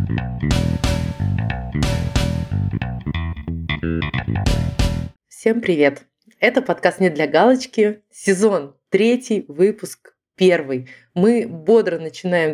Всем привет! Это подкаст «Не для галочки», сезон 3, выпуск 1. Мы бодро начинаем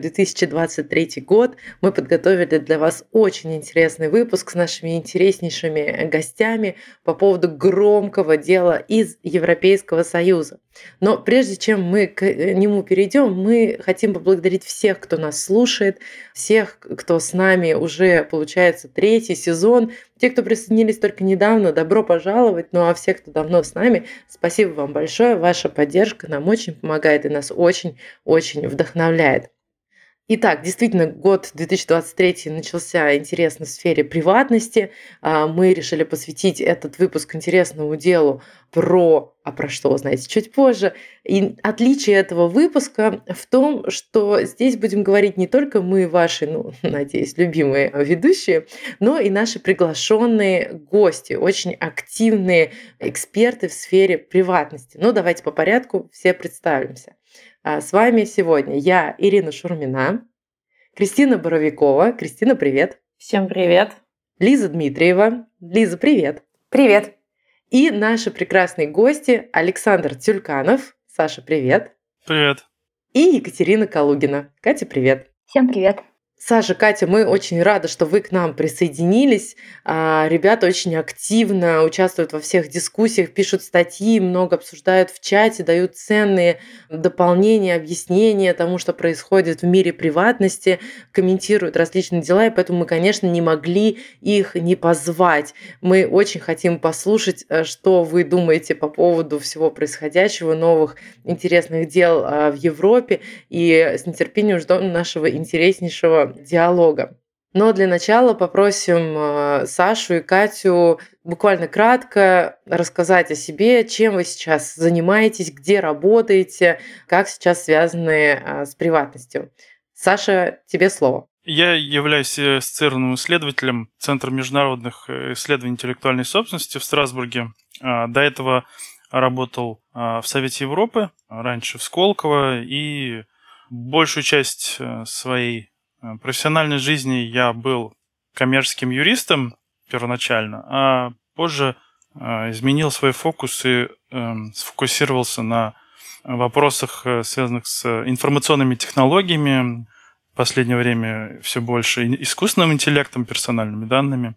2023 год. Мы подготовили для вас очень интересный выпуск с нашими интереснейшими гостями по поводу громкого дела из Европейского Союза. Но прежде чем мы к нему перейдем, мы хотим поблагодарить всех, кто нас слушает, всех, кто с нами уже, получается, 3 сезон. Те, кто присоединились только недавно, добро пожаловать. Ну а все, кто давно с нами, спасибо вам большое. Ваша поддержка нам очень помогает и нас очень вдохновляет. Итак, действительно, год 2023 начался интересно в сфере приватности. Мы решили посвятить этот выпуск интересному делу про что, узнаете чуть позже. И отличие этого выпуска в том, что здесь будем говорить не только мы, ваши, надеюсь, любимые ведущие, но и наши приглашенные гости, очень активные эксперты в сфере приватности. Но давайте по порядку все представимся. С вами сегодня я, Ирина Шурмина, Кристина Боровикова. Кристина, привет. Всем привет. Лиза Дмитриева. Лиза, привет. Привет. И наши прекрасные гости Александр Тюльканов. Саша, привет. Привет. И Екатерина Калугина. Катя, привет. Всем привет. Саша, Катя, мы очень рады, что вы к нам присоединились. Ребята очень активно участвуют во всех дискуссиях, пишут статьи, много обсуждают в чате, дают ценные дополнения, объяснения тому, что происходит в мире приватности, комментируют различные дела, и поэтому мы, конечно, не могли их не позвать. Мы очень хотим послушать, что вы думаете по поводу всего происходящего, новых интересных дел в Европе, и с нетерпением ждем нашего интереснейшего диалога. Но для начала попросим Сашу и Катю буквально кратко рассказать о себе, чем вы сейчас занимаетесь, где работаете, как сейчас связаны с приватностью. Саша, тебе слово. Я являюсь ассоциированным исследователем Центра международных исследований интеллектуальной собственности в Страсбурге. До этого работал в Совете Европы, раньше в Сколково, и большую часть своей профессиональной жизни я был коммерческим юристом первоначально, а позже изменил свой фокус и сфокусировался на вопросах, связанных с информационными технологиями, в последнее время все больше искусственным интеллектом, персональными данными.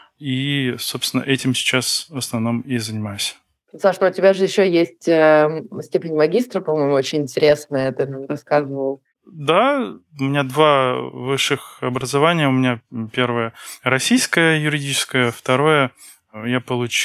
И, собственно, этим сейчас в основном и занимаюсь. Саша, у тебя же еще есть степень магистра, по-моему, очень интересная, ты нам рассказывал. Да, у меня 2 высших образования. У меня первое российское юридическое, второе я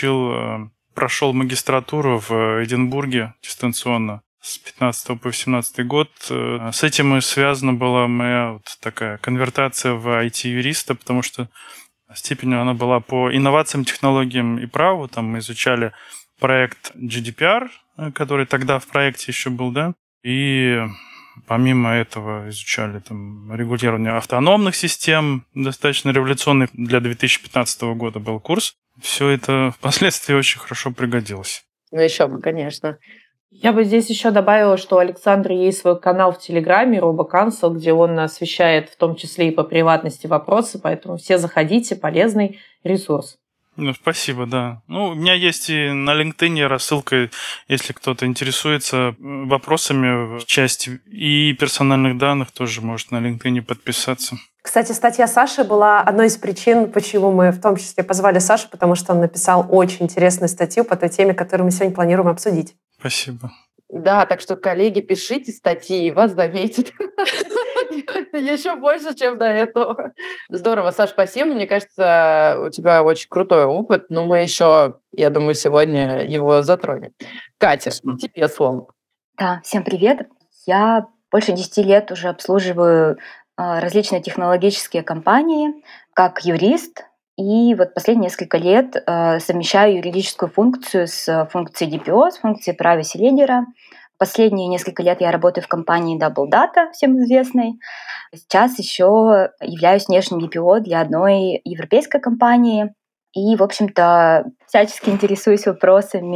прошел магистратуру в Эдинбурге дистанционно с 15 по 18 год. С этим и связана была моя такая конвертация в IT-юриста, потому что степень она была по инновациям, технологиям и праву. Там мы изучали проект GDPR, который тогда в проекте еще был, да, и помимо этого изучали регулирование автономных систем, достаточно революционный для 2015 года был курс. Все это впоследствии очень хорошо пригодилось. Еще бы, конечно. Я бы здесь еще добавила, что у Александра есть свой канал в Телеграме RoboCounsel, где он освещает в том числе и по приватности вопросы, поэтому все заходите, полезный ресурс. Спасибо, да. У меня есть и на LinkedIn рассылка, если кто-то интересуется вопросами в части и персональных данных, тоже может на LinkedIn подписаться. Кстати, статья Саши была одной из причин, почему мы в том числе позвали Сашу, потому что он написал очень интересную статью по той теме, которую мы сегодня планируем обсудить. Спасибо. Да, так что, коллеги, пишите статьи, вас заметят. Еще больше, чем до этого. Здорово, Саш, спасибо. Мне кажется, у тебя очень крутой опыт, но мы еще, я думаю, сегодня его затронем. Катя, тебе слово. Да, всем привет. Я больше 10 лет уже обслуживаю различные технологические компании как юрист, и последние несколько лет совмещаю юридическую функцию с функцией DPO, с функцией privacy лидера. Последние несколько лет я работаю в компании Double Data, всем известной. Сейчас еще являюсь внешним DPO для одной европейской компании. И, в общем-то, всячески интересуюсь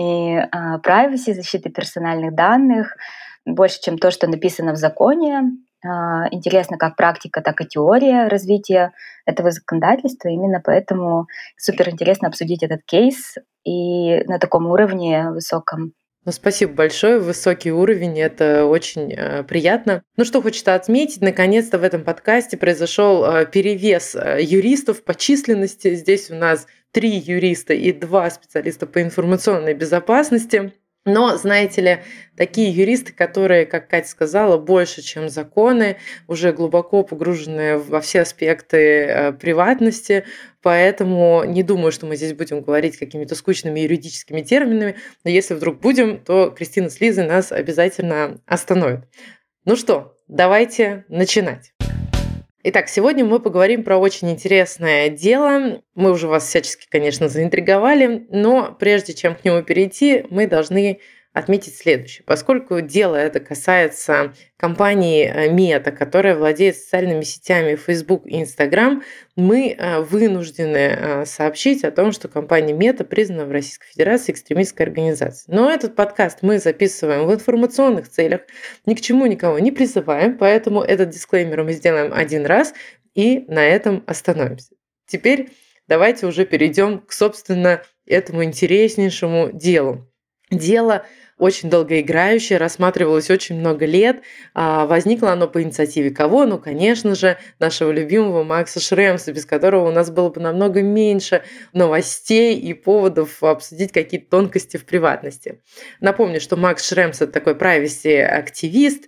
вопросами privacy, защиты персональных данных, больше, чем то, что написано в законе. Интересно как практика, так и теория развития этого законодательства. Именно поэтому супер интересно обсудить этот кейс и на таком уровне высоком. Ну, спасибо большое, высокий уровень, это очень приятно. Ну, что хочется отметить, наконец-то в этом подкасте произошел перевес юристов по численности. Здесь у нас 3 юриста и 2 специалиста по информационной безопасности. Но, знаете ли, такие юристы, которые, как Катя сказала, больше, чем законы, уже глубоко погружены во все аспекты приватности, поэтому не думаю, что мы здесь будем говорить какими-то скучными юридическими терминами, но если вдруг будем, то Кристина с Лизой нас обязательно остановит. Ну что, давайте начинать. Итак, сегодня мы поговорим про очень интересное дело. Мы уже вас всячески, конечно, заинтриговали, но прежде чем к нему перейти, мы должны отметить следующее. Поскольку дело это касается компании Meta, которая владеет социальными сетями Facebook и Instagram, мы вынуждены сообщить о том, что компания Meta признана в Российской Федерации экстремистской организацией. Но этот подкаст мы записываем в информационных целях, ни к чему никого не призываем, поэтому этот дисклеймер мы сделаем один раз и на этом остановимся. Теперь давайте уже перейдем к, собственно, этому интереснейшему делу. Дело очень долгоиграющее, рассматривалось очень много лет. Возникло оно по инициативе кого? Ну, конечно же, нашего любимого Макса Шремса, без которого у нас было бы намного меньше новостей и поводов обсудить какие-то тонкости в приватности. Напомню, что Макс Шремс – это такой privacy-активист.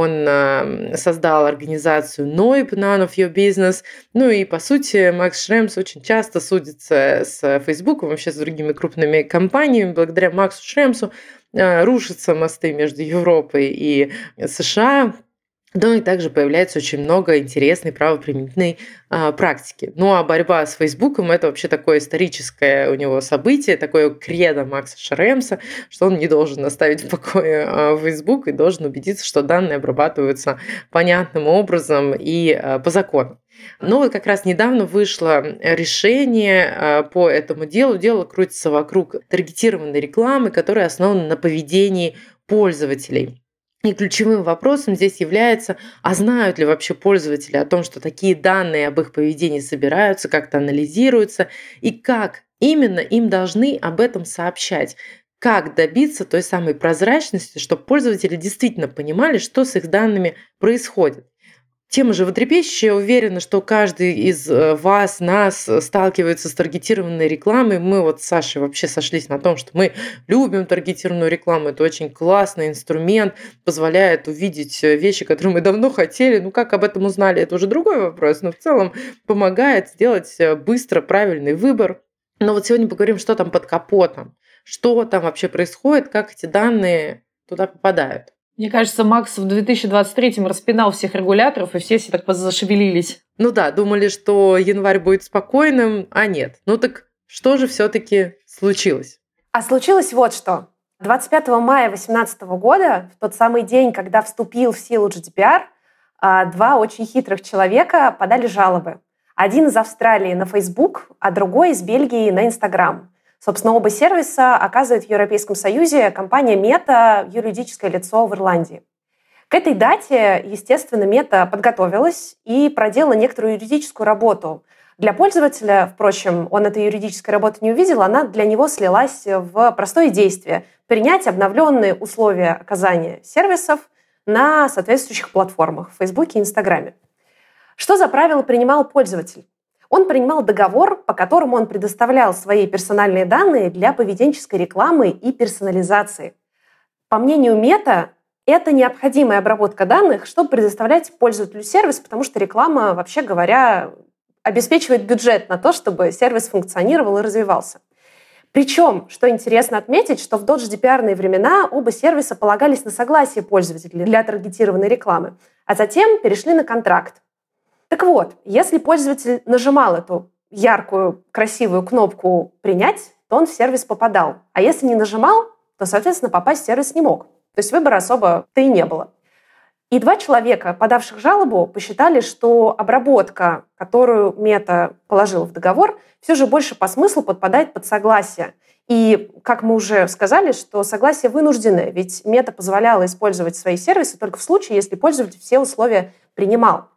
Он создал организацию NOIB, None of Your Business. Ну и, по сути, Макс Шремс очень часто судится с Facebook, вообще с другими крупными компаниями. Благодаря Максу Шремсу рушатся мосты между Европой и США, но и также появляется очень много интересной правоприменительной практики. Ну а борьба с Фейсбуком – это вообще такое историческое у него событие, такое кредо Макса Шремса, что он не должен оставить в покое Фейсбук и должен убедиться, что данные обрабатываются понятным образом и по закону. Но вот как раз недавно вышло решение по этому делу. Дело крутится вокруг таргетированной рекламы, которая основана на поведении пользователей. И ключевым вопросом здесь является, а знают ли вообще пользователи о том, что такие данные об их поведении собираются, как-то анализируются, и как именно им должны об этом сообщать. Как добиться той самой прозрачности, чтобы пользователи действительно понимали, что с их данными происходит. Тема животрепещущая. Я уверена, что каждый из вас, нас сталкивается с таргетированной рекламой. Мы вот с Сашей вообще сошлись на том, что мы любим таргетированную рекламу. Это очень классный инструмент, позволяет увидеть вещи, которые мы давно хотели. Ну, как об этом узнали, это уже другой вопрос, но в целом помогает сделать быстро правильный выбор. Но вот сегодня поговорим, что там под капотом, что там вообще происходит, как эти данные туда попадают. Мне кажется, Макс в 2023-м распинал всех регуляторов, и все так зашевелились. Ну да, думали, что январь будет спокойным, а нет. Ну так что же все-таки случилось? А случилось вот что. 25 мая 2018 года, в тот самый день, когда вступил в силу GDPR, 2 очень хитрых человека подали жалобы. Один из Австралии на Facebook, а другой из Бельгии на Instagram. Собственно, оба сервиса оказывает в Европейском Союзе компания Meta, юридическое лицо в Ирландии. К этой дате, естественно, Meta подготовилась и проделала некоторую юридическую работу. Для пользователя, впрочем, он этой юридической работы не увидел, она для него слилась в простое действие – принять обновленные условия оказания сервисов на соответствующих платформах – в Facebook и Instagram. Что за правило принимал пользователь? Он принимал договор, по которому он предоставлял свои персональные данные для поведенческой рекламы и персонализации. По мнению Meta, это необходимая обработка данных, чтобы предоставлять пользователю сервис, потому что реклама, вообще говоря, обеспечивает бюджет на то, чтобы сервис функционировал и развивался. Причем, что интересно отметить, что в до GDPR-ные времена оба сервиса полагались на согласие пользователей для таргетированной рекламы, а затем перешли на контракт. Так вот, если пользователь нажимал эту яркую, красивую кнопку «Принять», то он в сервис попадал. А если не нажимал, то, соответственно, попасть в сервис не мог. То есть выбора особо-то и не было. И 2 человека, подавших жалобу, посчитали, что обработка, которую Meta положила в договор, все же больше по смыслу подпадает под согласие. И, как мы уже сказали, что согласие вынужденное, ведь Мета позволяла использовать свои сервисы только в случае, если пользователь все условия принимал.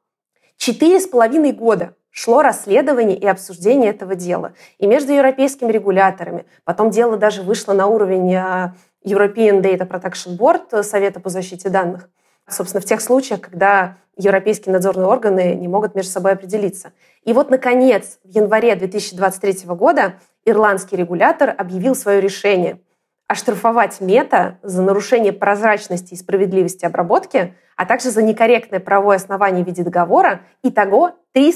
4,5 года шло расследование и обсуждение этого дела. И между европейскими регуляторами. Потом дело даже вышло на уровень European Data Protection Board, Совета по защите данных. Собственно, в тех случаях, когда европейские надзорные органы не могут между собой определиться. И вот, наконец, в январе 2023 года ирландский регулятор объявил свое решение оштрафовать Мета за нарушение прозрачности и справедливости обработки, а также за некорректное правовое основание в виде договора, итого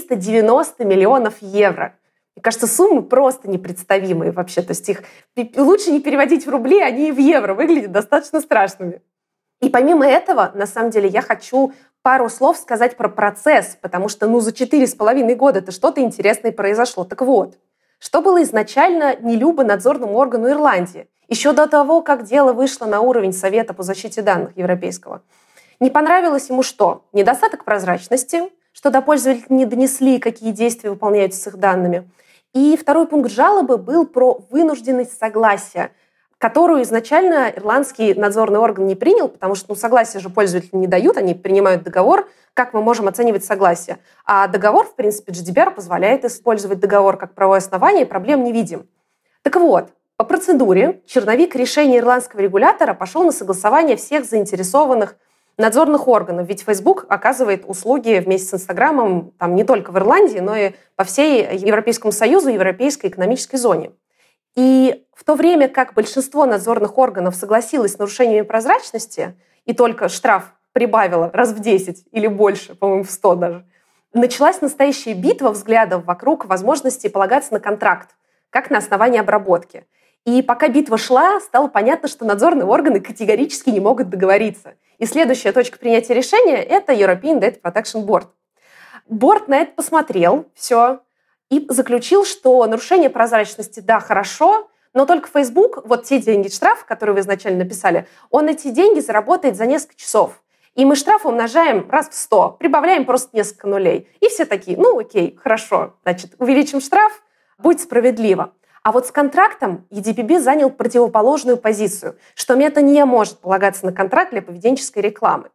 390 миллионов евро. Мне кажется, суммы просто непредставимые вообще. То есть их лучше не переводить в рубли, они и в евро выглядят достаточно страшными. И помимо этого, на самом деле, я хочу пару слов сказать про процесс, потому что за 4,5 года-то что-то интересное произошло. Так вот, что было изначально нелюбо надзорному органу Ирландии, еще до того, как дело вышло на уровень Совета по защите данных европейского. Не понравилось ему что? Недостаток прозрачности, что до пользователя не донесли, какие действия выполняются с их данными. И второй пункт жалобы был про вынужденность согласия, которую изначально ирландский надзорный орган не принял, потому что согласие же пользователи не дают, они принимают договор. Как мы можем оценивать согласие? А договор, в принципе, GDPR позволяет использовать договор как правовое основание, и проблем не видим. Так вот, по процедуре черновик решения ирландского регулятора пошел на согласование всех заинтересованных надзорных органов, ведь Facebook оказывает услуги вместе с Инстаграмом там, не только в Ирландии, но и по всей Европейскому Союзу, Европейской экономической зоне. И в то время как большинство надзорных органов согласилось с нарушениями прозрачности, и только штраф прибавило раз в 10 или больше, по-моему, в 100 даже, началась настоящая битва взглядов вокруг возможности полагаться на контракт, как на основании обработки. И пока битва шла, стало понятно, что надзорные органы категорически не могут договориться. И следующая точка принятия решения – это European Data Protection Board. Борд на это посмотрел, все, и заключил, что нарушение прозрачности, да, хорошо, но только Facebook, вот те деньги штраф, которые вы изначально написали, он эти деньги заработает за несколько часов. И мы штраф умножаем раз в 100, прибавляем просто несколько нулей. И все такие, ну окей, хорошо, значит, увеличим штраф, будет справедливо. А вот с контрактом EDPB занял противоположную позицию, что Мета не может полагаться на контракт для поведенческой рекламы.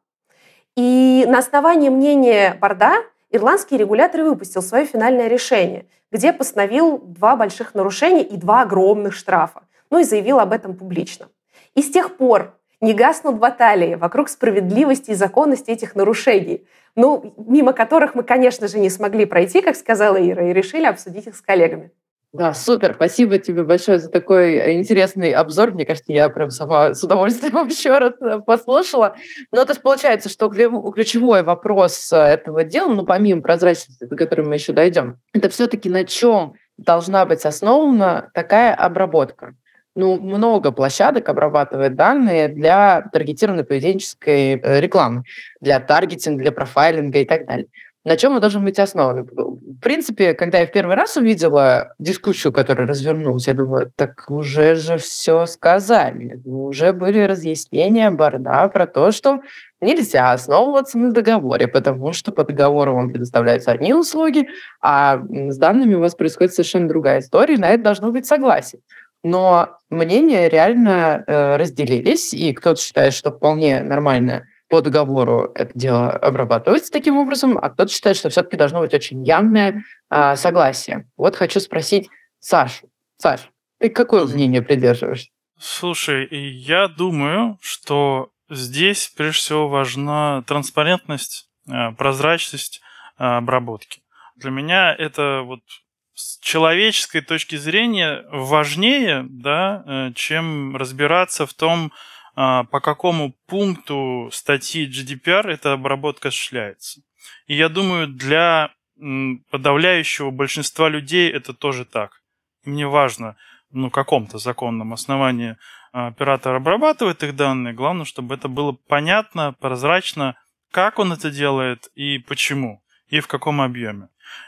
И на основании мнения борда ирландский регулятор выпустил свое финальное решение, где постановил 2 больших нарушения и 2 огромных штрафа. Ну и заявил об этом публично. И с тех пор не гаснут баталии вокруг справедливости и законности этих нарушений, ну, мимо которых мы, конечно же, не смогли пройти, как сказала Ира, и решили обсудить их с коллегами. Да, супер. Спасибо тебе большое за такой интересный обзор. Мне кажется, я прям сама с удовольствием еще раз послушала. Но то есть получается, что ключевой вопрос этого дела, ну, помимо прозрачности, до которой мы еще дойдем, это все-таки на чем должна быть основана такая обработка. Ну, много площадок обрабатывает данные для таргетированной поведенческой рекламы, для таргетинга, для профайлинга и так далее. На чем он должен быть основан? В принципе, когда я в первый раз увидела дискуссию, которая развернулась, я думаю, так уже же все сказали. Уже были разъяснения борда про то, что нельзя основываться на договоре, потому что по договору вам предоставляются одни услуги, а с данными у вас происходит совершенно другая история, и на это должно быть согласие. Но мнения реально разделились, и кто-то считает, что вполне нормально по договору это дело обрабатывается таким образом, а кто-то считает, что все-таки должно быть очень явное согласие. Вот хочу спросить Сашу. Саш, ты какое мнение придерживаешься? Слушай, я думаю, что здесь прежде всего важна транспарентность, прозрачность обработки. Для меня это вот с человеческой точки зрения важнее, да, чем разбираться в том, по какому пункту статьи GDPR эта обработка осуществляется. И я думаю, для подавляющего большинства людей это тоже так. Им не важно, на каком-то законном основании оператор обрабатывает их данные. Главное, чтобы это было понятно, прозрачно, как он это делает и почему, и в каком объеме.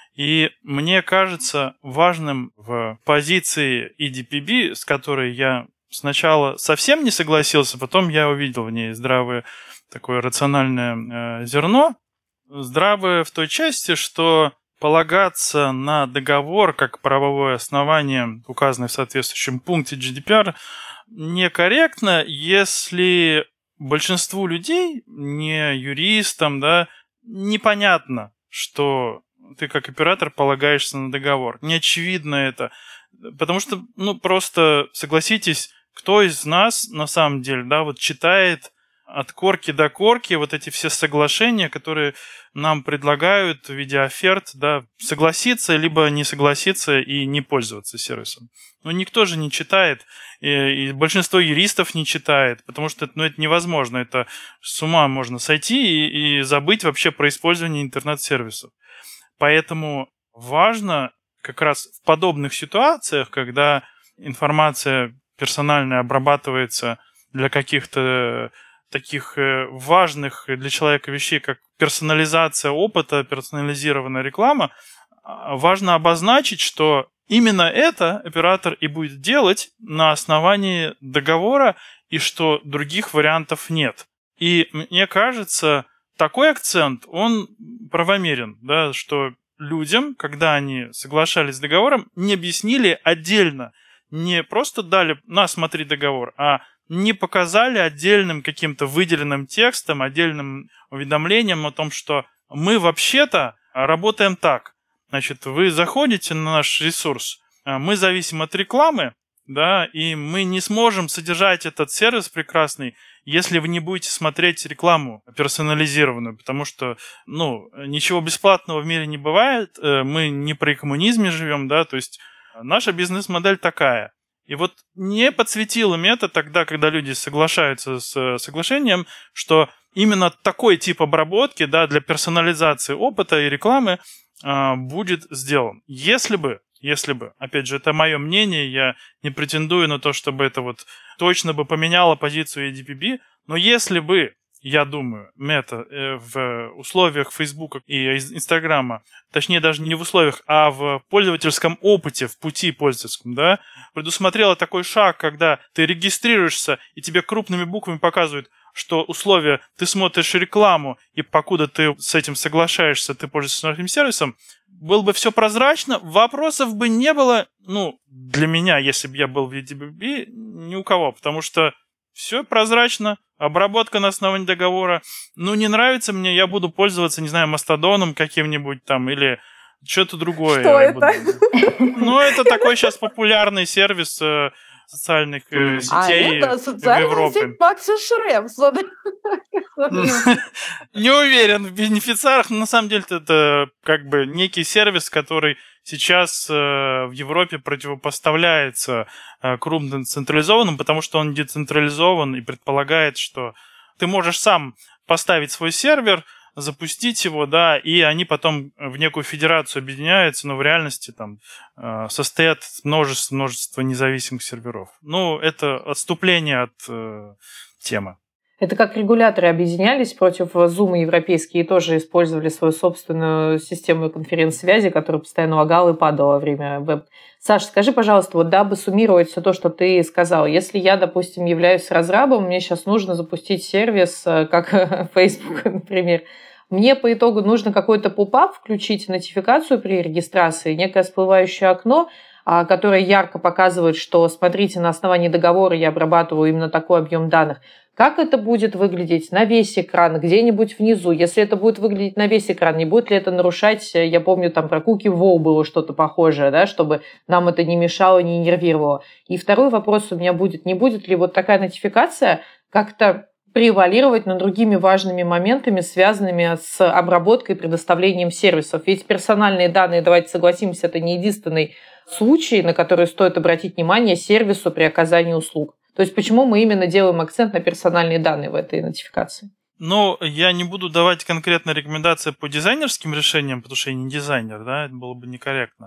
И мне кажется важным в позиции EDPB, с которой я сначала совсем не согласился, потом я увидел в ней здравое такое рациональное зерно. Здравое в той части, что полагаться на договор как правовое основание, указанное в соответствующем пункте GDPR, некорректно, если большинству людей, не юристам, да, непонятно, что ты как оператор полагаешься на договор. Не очевидно это. Потому что, просто согласитесь, кто из нас на самом деле, да, вот читает от корки до корки вот эти все соглашения, которые нам предлагают в виде оферт, да, согласиться либо не согласиться и не пользоваться сервисом. Никто же не читает, и большинство юристов не читает, потому что это невозможно, это с ума можно сойти и забыть вообще про использование интернет-сервисов. Поэтому важно как раз в подобных ситуациях, когда информация персональная обрабатывается для каких-то таких важных для человека вещей, как персонализация опыта, персонализированная реклама, важно обозначить, что именно это оператор и будет делать на основании договора, и что других вариантов нет. И мне кажется, такой акцент, он правомерен, да, что людям, когда они соглашались с договором, не объяснили отдельно, не просто дали «на, смотри договор», а не показали отдельным каким-то выделенным текстом, отдельным уведомлением о том, что мы вообще-то работаем так. Значит, вы заходите на наш ресурс, мы зависим от рекламы, да, и мы не сможем содержать этот сервис прекрасный, если вы не будете смотреть рекламу персонализированную, потому что, ничего бесплатного в мире не бывает, мы не при коммунизме живем, да, то есть наша бизнес-модель такая. И вот не подсветил им это тогда, когда люди соглашаются с соглашением, что именно такой тип обработки, да, для персонализации опыта и рекламы будет сделан. Если бы, опять же, это мое мнение, я не претендую на то, чтобы это вот точно бы поменяло позицию EDPB, но если бы, я думаю, Мета в условиях Фейсбука и Инстаграма, точнее даже не в условиях, а в пользовательском опыте, в пути пользовательском, да, предусмотрела такой шаг, когда ты регистрируешься и тебе крупными буквами показывают, что условия, ты смотришь рекламу, и покуда ты с этим соглашаешься, ты пользуешься нашим сервисом, было бы все прозрачно, вопросов бы не было, для меня, если бы я был в EDPB, ни у кого, потому что все прозрачно, обработка на основании договора. Не нравится мне, я буду пользоваться, не знаю, Мастодоном каким-нибудь там или что-то другое. Что это? Это такой сейчас популярный сервис социальных сетей это в социальная Европе. сеть Макса Шремса. Не уверен в бенефициарах, но на самом деле это как бы некий сервис, который сейчас в Европе противопоставляется крупным централизованным, потому что он децентрализован и предполагает, что ты можешь сам поставить свой сервер, запустить его, да, и они потом в некую федерацию объединяются, но в реальности там состоят множество независимых серверов. Это отступление от темы. Это как регуляторы объединялись против Zoom европейские и тоже использовали свою собственную систему конференц-связи, которая постоянно лагала и падала во время веб. Саша, скажи, пожалуйста, вот дабы суммировать все то, что ты сказал, если я, допустим, являюсь разрабом, мне сейчас нужно запустить сервис, как Facebook, например, мне по итогу нужно какой-то поп-ап включить, нотификацию при регистрации, некое всплывающее окно, которое ярко показывает, что, смотрите, на основании договора я обрабатываю именно такой объем данных. Как это будет выглядеть на весь экран, где-нибудь внизу? Если это будет выглядеть на весь экран, не будет ли это нарушать, я помню, там про Cookie Wall было что-то похожее, да, чтобы нам это не мешало, не нервировало. И второй вопрос у меня будет, не будет ли вот такая нотификация как-то превалировать над другими важными моментами, связанными с обработкой и предоставлением сервисов? Ведь персональные данные, давайте согласимся, это не единственный случай, на который стоит обратить внимание сервису при оказании услуг. То есть почему мы именно делаем акцент на персональные данные в этой нотификации? Я не буду давать конкретно рекомендации по дизайнерским решениям, потому что я не дизайнер, да, это было бы некорректно.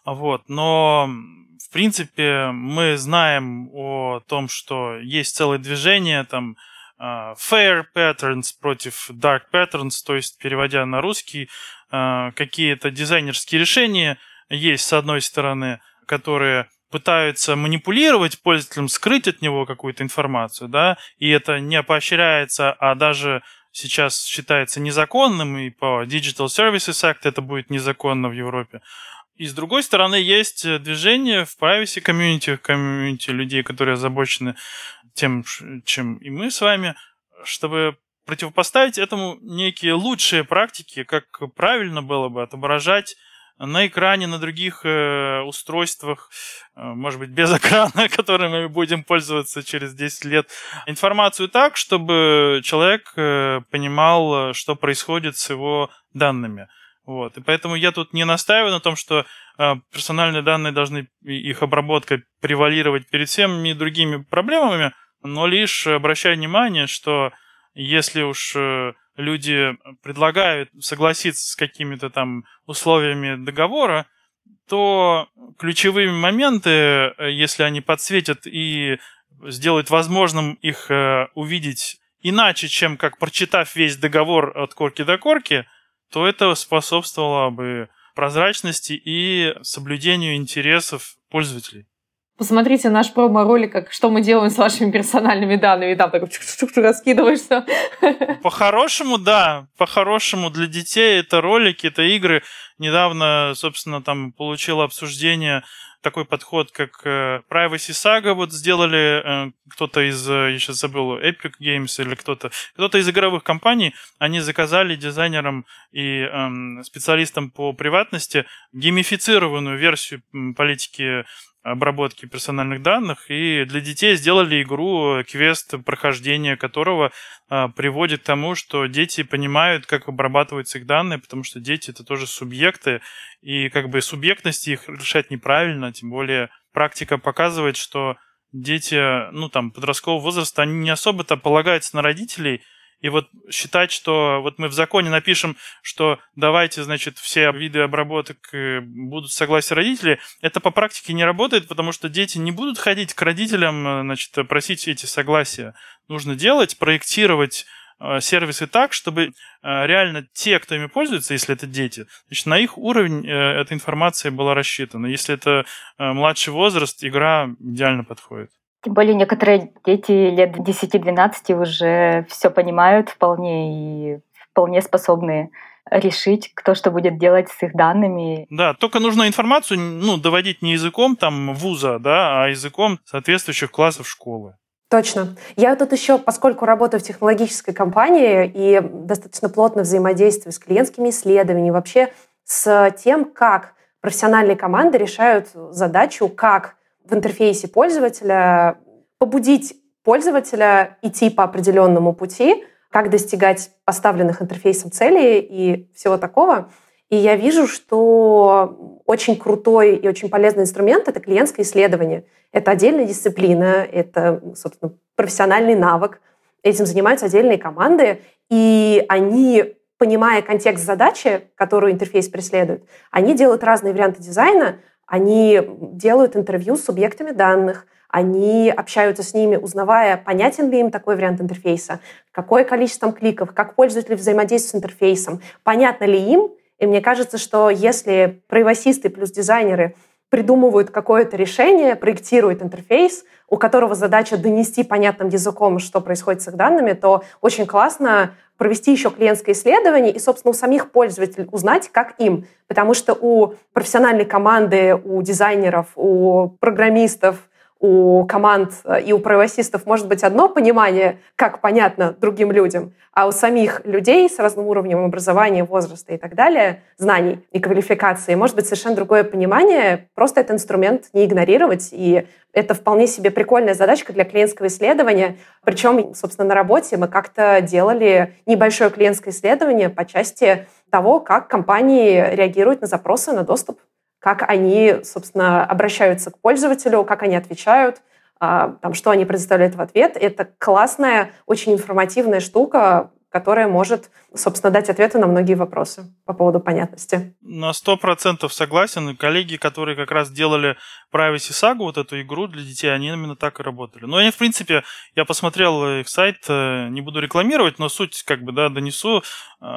Но, в принципе, мы знаем о том, что есть целое движение, там, fair patterns против dark patterns, то есть, переводя на русский, какие-то дизайнерские решения есть, с одной стороны, которые пытаются манипулировать пользователем, скрыть от него какую-то информацию, да, и это не поощряется, а даже сейчас считается незаконным, и по Digital Services Act это будет незаконно в Европе. И с другой стороны, есть движение в privacy комьюнити людей, которые озабочены тем, чем и мы с вами, чтобы противопоставить этому некие лучшие практики, как правильно было бы отображать на экране, на других устройствах, может быть, без экрана, которыми мы будем пользоваться через 10 лет, информацию так, чтобы человек понимал, что происходит с его данными. Вот. И поэтому я тут не настаиваю на том, что персональные данные должны, их обработка превалировать перед всеми другими проблемами, но лишь обращаю внимание, что если уж люди предлагают согласиться с какими-то там условиями договора, то ключевые моменты, если они подсветят и сделают возможным их увидеть иначе, чем как прочитав весь договор от корки до корки, то это способствовало бы прозрачности и соблюдению интересов пользователей. Посмотрите наш промо-ролик, как что мы делаем с вашими персональными данными, и там так раскидываешься. По-хорошему, да. По-хорошему для детей это ролики, это игры. Недавно, собственно, там получил обсуждение такой подход, как Privacy Saga, вот сделали кто-то из, я сейчас забыл, Epic Games или кто-то из игровых компаний, они заказали дизайнерам и специалистам по приватности геймифицированную версию политики обработки персональных данных, и для детей сделали игру, квест, прохождение которого приводит к тому, что дети понимают, как обрабатываются их данные, потому что дети — это тоже субъекты, и как бы субъектности их решать неправильно, тем более практика показывает, что дети, подросткового возраста, они не особо-то полагаются на родителей. И вот считать, что вот мы в законе напишем, что давайте, значит, все виды обработок будут с согласия родителей, это по практике не работает, потому что дети не будут ходить к родителям, значит, просить эти согласия. Нужно проектировать сервисы так, чтобы реально те, кто ими пользуется, если это дети, значит, на их уровень эта информация была рассчитана. Если это младший возраст, игра идеально подходит. Тем более некоторые дети лет 10-12 уже все понимают вполне и вполне способны решить, кто что будет делать с их данными. Да, только нужно информацию доводить не языком там вуза, да, а языком соответствующих классов школы. Точно. Я тут еще, поскольку работаю в технологической компании и достаточно плотно взаимодействую с клиентскими исследованиями, вообще с тем, как профессиональные команды решают задачу, как в интерфейсе пользователя побудить пользователя идти по определенному пути, как достигать поставленных интерфейсом целей и всего такого. И я вижу, что очень крутой и очень полезный инструмент — это клиентское исследование. Это отдельная дисциплина, это, собственно, профессиональный навык. Этим занимаются отдельные команды, и они, понимая контекст задачи, которую интерфейс преследует, они делают разные варианты дизайна, они делают интервью с субъектами данных, они общаются с ними, узнавая, понятен ли им такой вариант интерфейса, какое количество кликов, как пользователи взаимодействуют с интерфейсом, понятно ли им. И мне кажется, что если privacy-сты плюс дизайнеры придумывают какое-то решение, проектируют интерфейс, у которого задача донести понятным языком, что происходит с их данными, то очень классно провести еще клиентское исследование и, собственно, у самих пользователей узнать, как им. Потому что у профессиональной команды, у дизайнеров, у программистов, у команд и у privacy-стов может быть одно понимание, как понятно другим людям, а у самих людей с разным уровнем образования, возраста и так далее, знаний и квалификации, может быть совершенно другое понимание. Просто этот инструмент не игнорировать, и это вполне себе прикольная задачка для клиентского исследования. Причем, собственно, на работе мы как-то делали небольшое клиентское исследование по части того, как компании реагируют на запросы на доступ, как они, собственно, обращаются к пользователю, как они отвечают, что они предоставляют в ответ. Это классная, очень информативная штука, которая может, собственно, дать ответы на многие вопросы по поводу понятности. На 100% согласен. Коллеги, которые как раз делали Privacy Saga, вот эту игру для детей, они именно так и работали. Но они, в принципе, я посмотрел их сайт, не буду рекламировать, но суть донесу.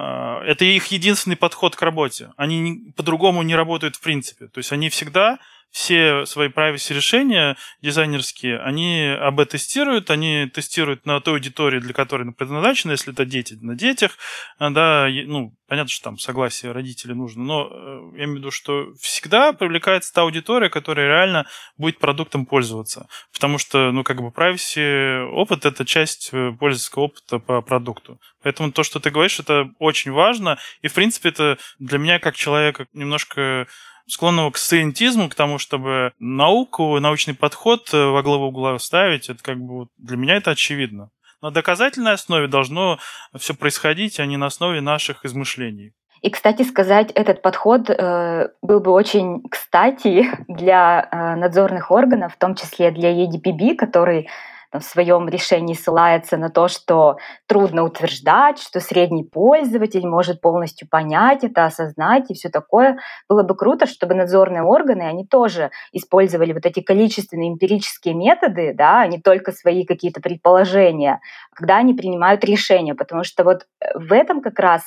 Это их единственный подход к работе. Они по-другому не работают в принципе. То есть они всегда все свои privacy решения дизайнерские, они АБ-тестируют, они тестируют на той аудитории, для которой она предназначена, если это дети, на детях, да, ну, понятно, что там согласие родителей нужно, но я имею в виду, что всегда привлекается та аудитория, которая реально будет продуктом пользоваться, потому что, ну, как бы privacy опыт – это часть пользовательского опыта по продукту. Поэтому то, что ты говоришь, это очень важно, и, в принципе, это для меня, как человека, немножко склонного к сциентизму, к тому, чтобы науку, научный подход во главу угла ставить, это как бы для меня это очевидно. На доказательной основе должно все происходить, а не на основе наших измышлений. И, кстати сказать, этот подход был бы очень кстати для надзорных органов, в том числе для EDPB, который в своем решении ссылается на то, что трудно утверждать, что средний пользователь может полностью понять это, осознать и все такое. Было бы круто, чтобы надзорные органы, они тоже использовали вот эти количественные эмпирические методы, да, а не только свои какие-то предположения, когда они принимают решения, потому что вот в этом как раз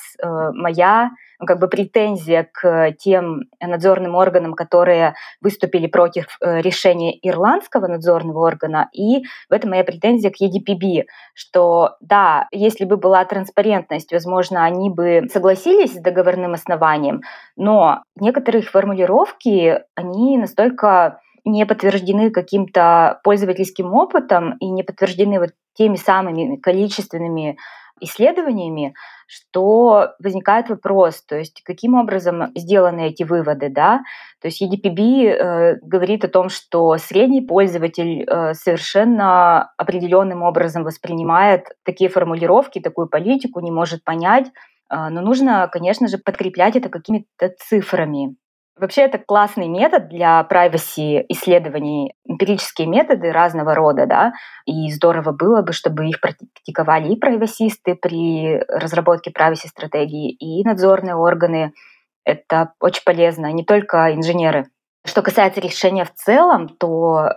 моя как бы претензия к тем надзорным органам, которые выступили против решения ирландского надзорного органа, и в этом моя претензия к EDPB, что да, если бы была транспарентность, возможно, они бы согласились с договорным основанием, но некоторые их формулировки, они настолько не подтверждены каким-то пользовательским опытом и не подтверждены вот теми самыми количественными исследованиями, что возникает вопрос, то есть каким образом сделаны эти выводы, да? То есть EDPB говорит о том, что средний пользователь совершенно определенным образом воспринимает такие формулировки, такую политику, не может понять, но нужно, конечно же, подкреплять это какими-то цифрами. Вообще это классный метод для privacy исследований, эмпирические методы разного рода, да, и здорово было бы, чтобы их практиковали и privacy-исты при разработке privacy стратегии, и надзорные органы. Это очень полезно, не только инженеры. Что касается решения в целом, то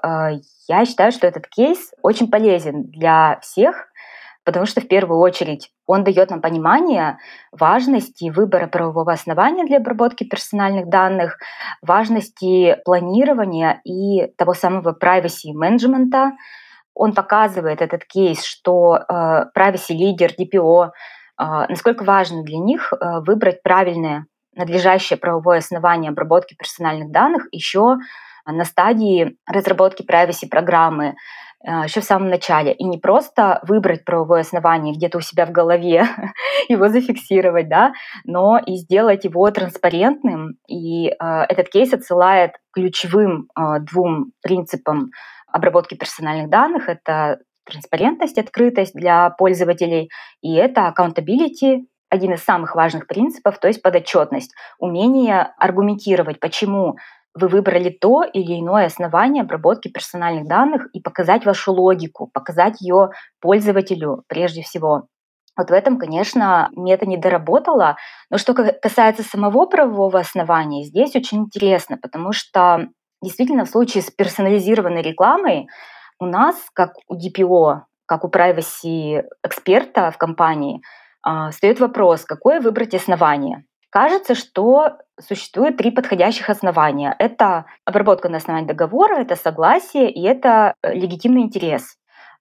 я считаю, что этот кейс очень полезен для всех, потому что в первую очередь он дает нам понимание важности выбора правового основания для обработки персональных данных, важности планирования и того самого privacy менеджмента. Он показывает этот кейс, что privacy лидер, DPO, насколько важно для них выбрать правильное, надлежащее правовое основание обработки персональных данных еще на стадии разработки privacy программы, еще в самом начале. И не просто выбрать правовое основание где-то у себя в голове, его зафиксировать, да, но и сделать его транспарентным. И этот кейс отсылает к ключевым двум принципам обработки персональных данных. Это транспарентность, открытость для пользователей, и это accountability, один из самых важных принципов, то есть подотчетность, умение аргументировать, почему вы выбрали то или иное основание обработки персональных данных и показать вашу логику, показать ее пользователю прежде всего. Вот в этом, конечно, мета не доработала. Но что касается самого правового основания, здесь очень интересно, потому что действительно в случае с персонализированной рекламой у нас, как у DPO, как у privacy эксперта в компании, встает вопрос, какое выбрать основание. Кажется, что существует 3 подходящих основания. Это обработка на основании договора, это согласие и это легитимный интерес.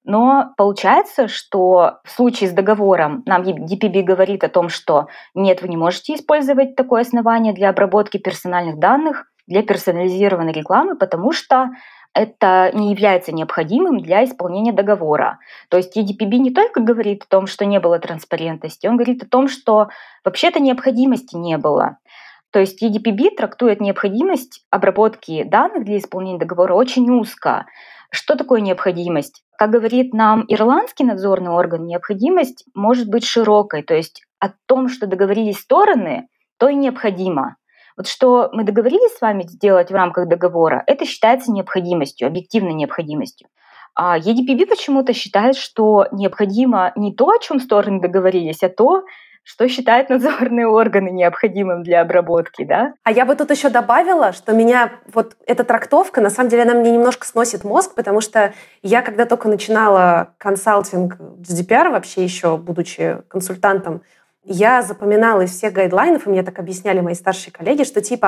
Но получается, что в случае с договором нам DPB говорит о том, что нет, вы не можете использовать такое основание для обработки персональных данных, для персонализированной рекламы, потому что это не является необходимым для исполнения договора. То есть EDPB не только говорит о том, что не было транспарентности, он говорит о том, что вообще-то необходимости не было. То есть EDPB трактует необходимость обработки данных для исполнения договора очень узко. Что такое необходимость? Как говорит нам ирландский надзорный орган, необходимость может быть широкой. То есть о том, что договорились стороны, то и необходимо. Вот что мы договорились с вами сделать в рамках договора, это считается необходимостью, объективной необходимостью. А EDPB почему-то считает, что необходимо не то, о чем стороны договорились, а то, что считают надзорные органы необходимым для обработки, да? А я бы тут еще добавила, что меня вот эта трактовка, на самом деле, она мне немножко сносит мозг, потому что я, когда только начинала консалтинг GDPR, вообще еще будучи консультантом, я запоминала из всех гайдлайнов, и мне так объясняли мои старшие коллеги, что типа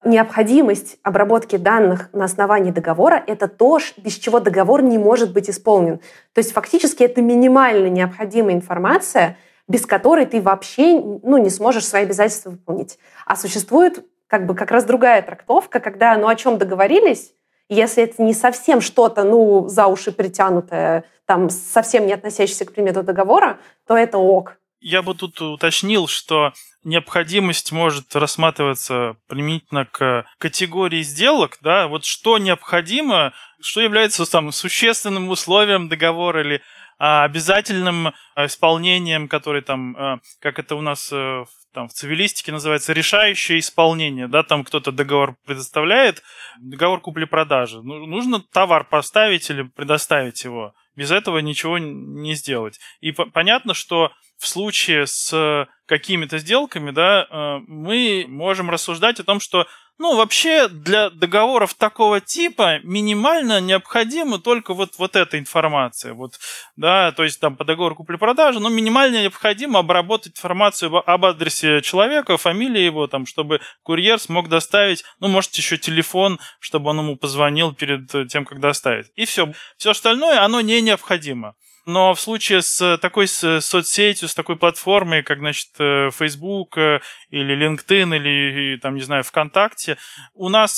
Необходимость обработки данных на основании договора — это то, без чего договор не может быть исполнен. То есть фактически это минимально необходимая информация, без которой ты вообще не сможешь свои обязательства выполнить. А существует как раз другая трактовка, когда о чем договорились, если это не совсем что-то за уши притянутое, там, совсем не относящееся к предмету договора, то это ок. Я бы тут уточнил, что необходимость может рассматриваться применительно к категории сделок, да, вот что необходимо, что является там существенным условием договора или обязательным исполнением, который там, как это у нас там в цивилистике называется, решающее исполнение, да, там кто-то договор предоставляет, договор купли-продажи. Нужно товар поставить или предоставить его. Без этого ничего не сделать. И понятно, что в случае с какими-то сделками, да, мы можем рассуждать о том, что, вообще для договоров такого типа минимально необходима только вот эта информация. Вот, да, то есть там по договору купли-продажи, минимально необходимо обработать информацию об адресе человека, фамилии его, там, чтобы курьер смог доставить, может, еще телефон, чтобы он ему позвонил перед тем, как доставить. И все. Все остальное, оно не необходимо. Но в случае с такой соцсетью, с такой платформой, как, Facebook или LinkedIn или, там, не знаю, ВКонтакте, у нас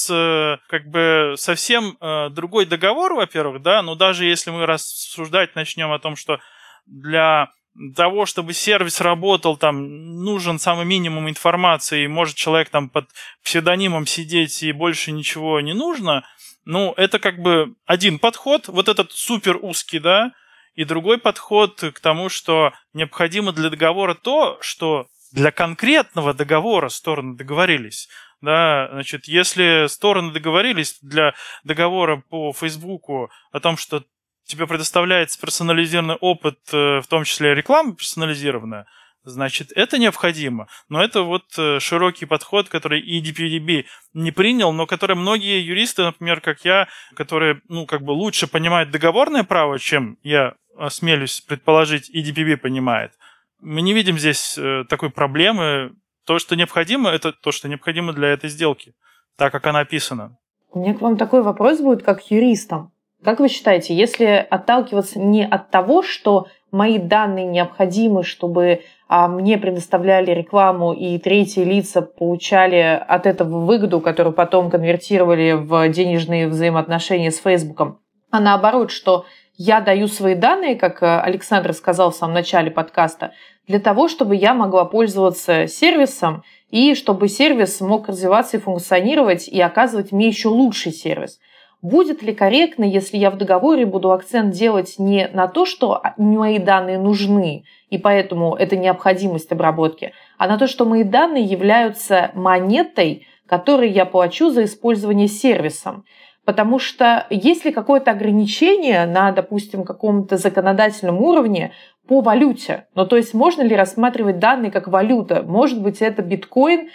совсем другой договор, во-первых, да, но даже если мы рассуждать начнем о том, что для того, чтобы сервис работал, там нужен самый минимум информации, и может человек там под псевдонимом сидеть и больше ничего не нужно, это один подход, вот этот супер узкий, да, и другой подход к тому, что необходимо для договора то, что для конкретного договора стороны договорились. Да, если стороны договорились для договора по Фейсбуку о том, что тебе предоставляется персонализированный опыт, в том числе реклама персонализированная, значит, это необходимо. Но это широкий подход, который EDPDB не принял, но который многие юристы, например, как я, которые, лучше понимают договорное право, чем я осмелюсь предположить, EDPB понимает. Мы не видим здесь такой проблемы. То, что необходимо, это то, что необходимо для этой сделки, так как она описана. У меня к вам такой вопрос будет, как к юристам. Как вы считаете, если отталкиваться не от того, что мои данные необходимы, чтобы мне предоставляли рекламу и третьи лица получали от этого выгоду, которую потом конвертировали в денежные взаимоотношения с Фейсбуком, а наоборот, что я даю свои данные, как Александр сказал в самом начале подкаста, для того, чтобы я могла пользоваться сервисом и чтобы сервис мог развиваться и функционировать и оказывать мне еще лучший сервис. Будет ли корректно, если я в договоре буду акцент делать не на то, что мои данные нужны, и поэтому это необходимость обработки, а на то, что мои данные являются монетой, которой я плачу за использование сервисом? Потому что есть ли какое-то ограничение на, допустим, каком-то законодательном уровне по валюте? То есть можно ли рассматривать данные как валюта? Может быть, это биткоин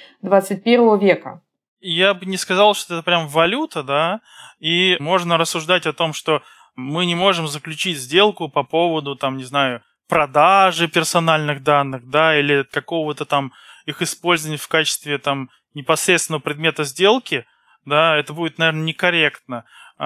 21 века? Я бы не сказал, что это прям валюта, да, и можно рассуждать о том, что мы не можем заключить сделку по поводу, там, не знаю, продажи персональных данных, да, или какого-то там их использования в качестве там непосредственного предмета сделки, да, это будет, наверное, некорректно.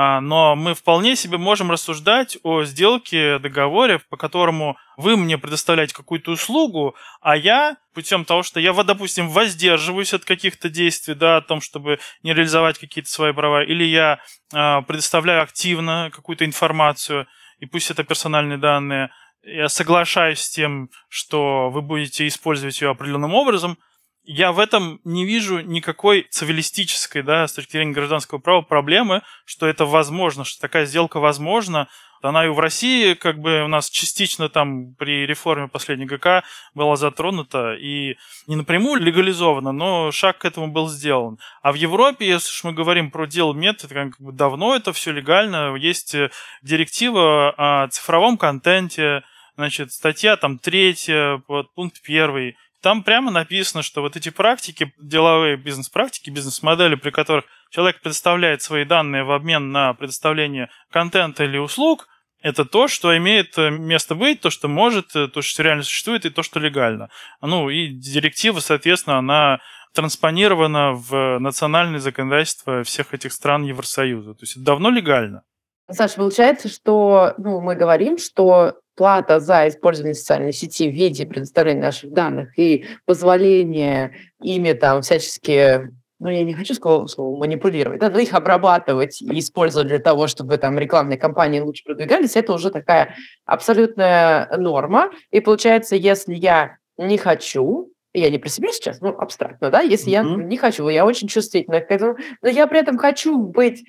Но мы вполне себе можем рассуждать о сделке, договоре, по которому вы мне предоставляете какую-то услугу, а я, путем того, что я, допустим, воздерживаюсь от каких-то действий, да, о том, чтобы не реализовать какие-то свои права, или я предоставляю активно какую-то информацию, и пусть это персональные данные, я соглашаюсь с тем, что вы будете использовать ее определенным образом, я в этом не вижу никакой цивилистической, да, с точки зрения гражданского права проблемы, что это возможно, что такая сделка возможна. Она и в России у нас частично там при реформе последней ГК была затронута и не напрямую легализована, но шаг к этому был сделан. А в Европе, если уж мы говорим про дело-метод, давно это все легально. Есть директива о цифровом контенте, статья там 3, пункт 1. Там прямо написано, что вот эти практики, деловые бизнес-практики, бизнес-модели, при которых человек предоставляет свои данные в обмен на предоставление контента или услуг, Это то, что имеет место быть, то, что может, то, что реально существует, и то, что легально. Ну, и директива, соответственно, она транспонирована в национальное законодательство всех этих стран Евросоюза. То есть это давно легально. Саша, получается, что мы говорим, что плата за использование социальной сети в виде предоставления наших данных и позволение ими там всячески, я не хочу слово манипулировать, да, но их обрабатывать и использовать для того, чтобы там рекламные кампании лучше продвигались, это уже такая абсолютная норма. И получается, если я не хочу, я не про себя сейчас, абстрактно, да, если я не хочу, я очень чувствительна к этому, но я при этом хочу быть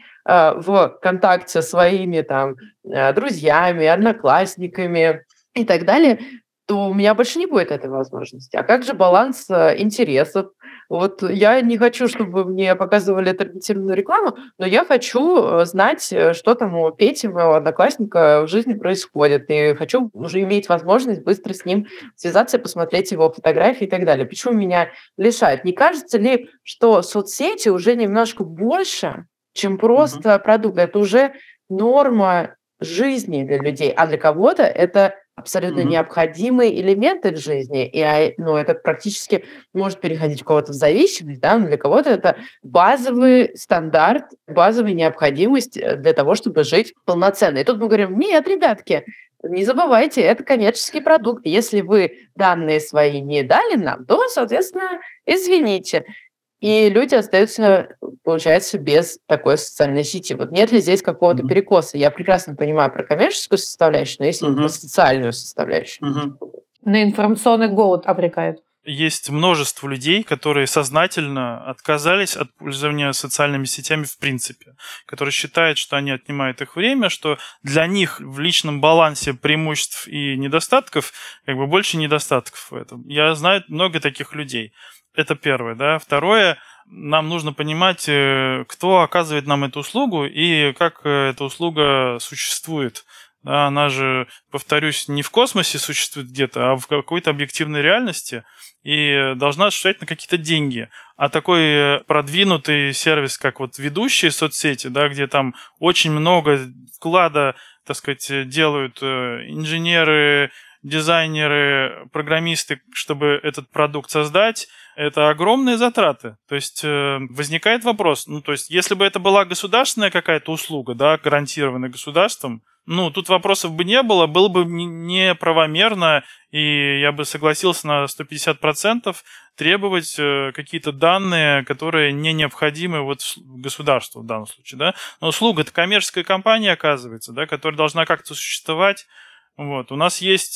в контакте со своими там друзьями, одноклассниками и так далее, то у меня больше не будет этой возможности. А как же баланс интересов? Вот я не хочу, чтобы мне показывали таргетированную рекламу, но я хочу знать, что там у Пети, моего одноклассника, в жизни происходит. И хочу уже иметь возможность быстро с ним связаться, посмотреть его фотографии и так далее. Почему меня лишают? Не кажется ли, что соцсети уже немножко больше, чем просто продукт? Это уже норма жизни для людей, а для кого-то это абсолютно необходимые элементы жизни, и это практически может переходить у кого-то в зависимость, да, но для кого-то это базовый стандарт, базовая необходимость для того, чтобы жить полноценно. И тут мы говорим, нет, ребятки, не забывайте, это коммерческий продукт. Если вы данные свои не дали нам, то, соответственно, извините. И люди остаются, получается, без такой социальной сети. Вот нет ли здесь какого-то перекоса? Я прекрасно понимаю про коммерческую составляющую, но если не про социальную составляющую. На информационный голод обрекают. Есть множество людей, которые сознательно отказались от пользования социальными сетями в принципе, которые считают, что они отнимают их время, что для них в личном балансе преимуществ и недостатков больше недостатков в этом. Я знаю много таких людей. Это первое, да. Второе, нам нужно понимать, кто оказывает нам эту услугу и как эта услуга существует. Да, она же, повторюсь, не в космосе существует где-то, а в какой-то объективной реальности и должна существовать на какие-то деньги. А такой продвинутый сервис, как ведущие соцсети, да, где там очень много вклада, так сказать, делают инженеры, дизайнеры, программисты, чтобы этот продукт создать, это огромные затраты. То есть возникает вопрос, то есть если бы это была государственная какая-то услуга, да, гарантированная государством, тут вопросов бы не было бы неправомерно, и я бы согласился на 150% требовать какие-то данные, которые не необходимы государству в данном случае, да. Но услуга – это коммерческая компания, оказывается, да, которая должна как-то существовать. У нас есть,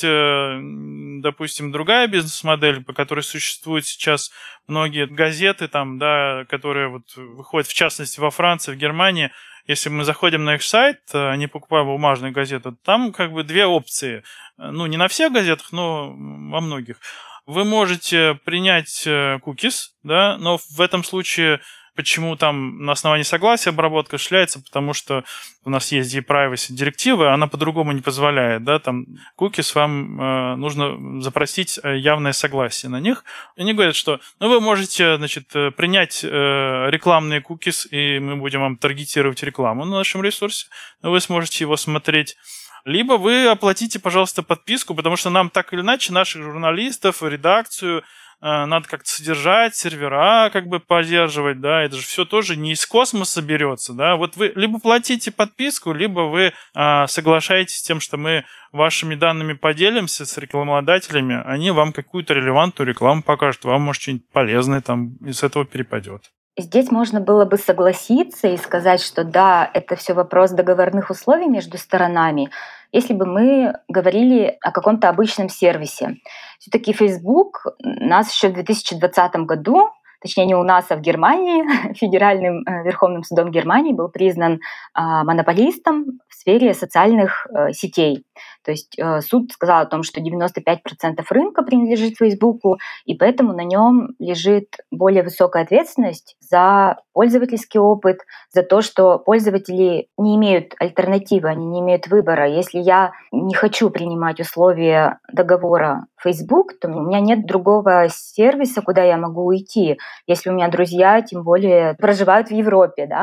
допустим, другая бизнес-модель, по которой существуют сейчас многие газеты, там, да, которые выходят, в частности, во Франции, в Германии. Если мы заходим на их сайт, не покупая бумажную газету, там две опции. Не на всех газетах, но во многих. Вы можете принять cookies, да, но в этом случае почему там на основании согласия обработка осуществляется, потому что у нас есть e-privacy директива, она по-другому не позволяет, да, там cookies вам нужно запросить явное согласие на них. И они говорят, что вы можете, принять рекламные cookies, и мы будем вам таргетировать рекламу на нашем ресурсе, вы сможете его смотреть. Либо вы оплатите, пожалуйста, подписку, потому что нам так или иначе, наших журналистов, редакцию, надо как-то содержать, сервера поддерживать, да, это же все тоже не из космоса берется, да, вы либо платите подписку, либо вы соглашаетесь с тем, что мы вашими данными поделимся с рекламодателями, они вам какую-то релевантную рекламу покажут, вам, может, что-нибудь полезное там из этого перепадет. Здесь можно было бы согласиться и сказать, что да, это все вопрос договорных условий между сторонами, если бы мы говорили о каком-то обычном сервисе. Все-таки Facebook нас еще в 2020 году, точнее не у нас, а в Германии, Федеральным Верховным судом Германии был признан монополистом в сфере социальных сетей. То есть суд сказал о том, что 95% рынка принадлежит Фейсбуку, и поэтому на нем лежит более высокая ответственность за пользовательский опыт, за то, что пользователи не имеют альтернативы, они не имеют выбора. Если я не хочу принимать условия договора Facebook, то у меня нет другого сервиса, куда я могу уйти. Если у меня друзья, тем более, проживают в Европе, да.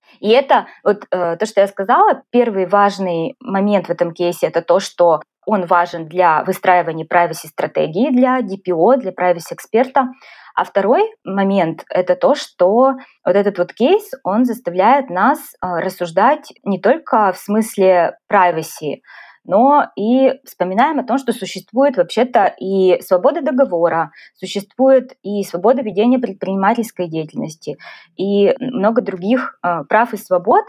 И это вот то, что я сказала, первый важный момент в этом кейсе — это то, что он важен для выстраивания privacy-стратегии, для DPO, для privacy-эксперта. А второй момент — это то, что вот этот вот кейс, он заставляет нас рассуждать не только в смысле privacy, но и вспоминаем о том, что существует вообще-то и свобода договора, существует и свобода ведения предпринимательской деятельности, и много других прав и свобод.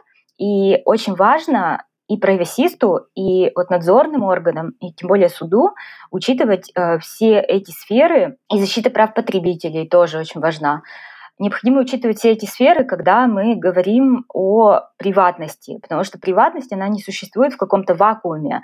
И очень важно и правовисту, и вот надзорным органам, и тем более суду учитывать все эти сферы, и защита прав потребителей тоже очень важна. Необходимо учитывать все эти сферы, когда мы говорим о приватности, потому что приватность, она не существует в каком-то вакууме.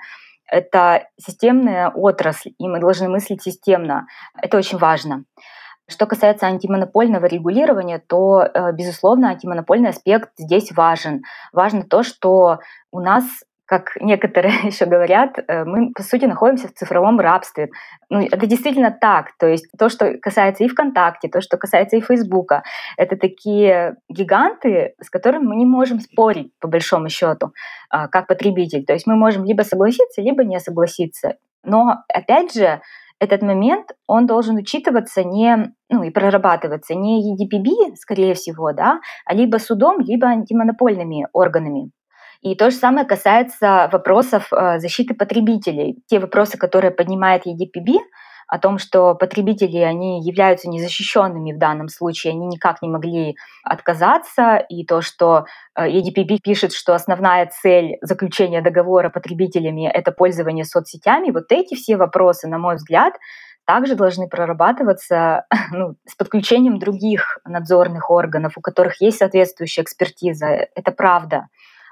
Это системная отрасль, и мы должны мыслить системно. Это очень важно. Что касается антимонопольного регулирования, то, безусловно, антимонопольный аспект здесь важен. Важно то, что у нас, как некоторые еще говорят, мы, по сути, находимся в цифровом рабстве. Ну, это действительно так. То есть то, что касается и ВКонтакте, то, что касается и Фейсбука, это такие гиганты, с которыми мы не можем спорить, по большому счету, как потребитель. То есть мы можем либо согласиться, либо не согласиться. Но, опять же, этот момент, он должен учитываться и прорабатываться не EDPB, скорее всего, да, а либо судом, либо антимонопольными органами. И то же самое касается вопросов защиты потребителей. Те вопросы, которые поднимает EDPB, о том, что потребители, они являются незащищенными в данном случае, они никак не могли отказаться, и то, что EDPB пишет, что основная цель заключения договора потребителями — это пользование соцсетями, вот эти все вопросы, на мой взгляд, также должны прорабатываться с подключением других надзорных органов, у которых есть соответствующая экспертиза. Это правда.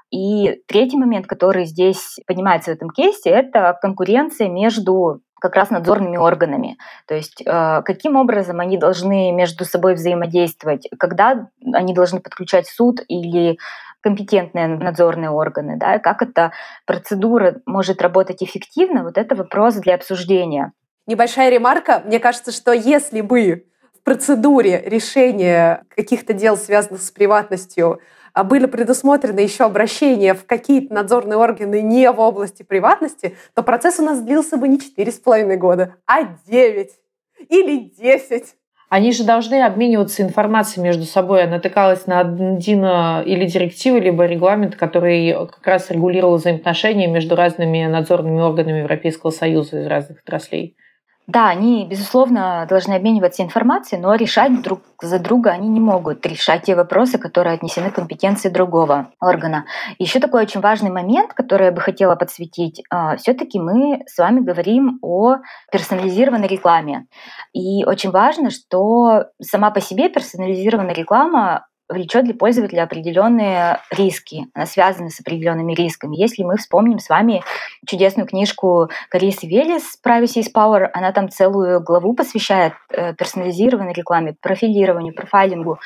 И третий момент, который здесь поднимается в этом кейсе, это конкуренция между как раз надзорными органами. То есть каким образом они должны между собой взаимодействовать, когда они должны подключать суд или компетентные надзорные органы, да, как эта процедура может работать эффективно, вот это вопрос для обсуждения. Небольшая ремарка. Мне кажется, что если бы в процедуре решения каких-то дел, связанных с приватностью, были предусмотрены еще обращения в какие-то надзорные органы не в области приватности, то процесс у нас длился бы не 4,5 года, а 9 или 10. Они же должны обмениваться информацией между собой. Я натыкалась на один или директиву, либо регламент, который как раз регулировал взаимоотношения между разными надзорными органами Европейского Союза из разных отраслей. Да, они, безусловно, должны обмениваться информацией, но решать друг за друга они не могут, решать те вопросы, которые отнесены к компетенции другого органа. Еще такой очень важный момент, который я бы хотела подсветить. Все-таки мы с вами говорим о персонализированной рекламе. И очень важно, что сама по себе персонализированная реклама влечет для пользователя определенные риски, она связана с определенными рисками. Если мы вспомним с вами чудесную книжку Карисы Велес «Privacy is Power», она там целую главу посвящает персонализированной рекламе, профилированию, профайлингу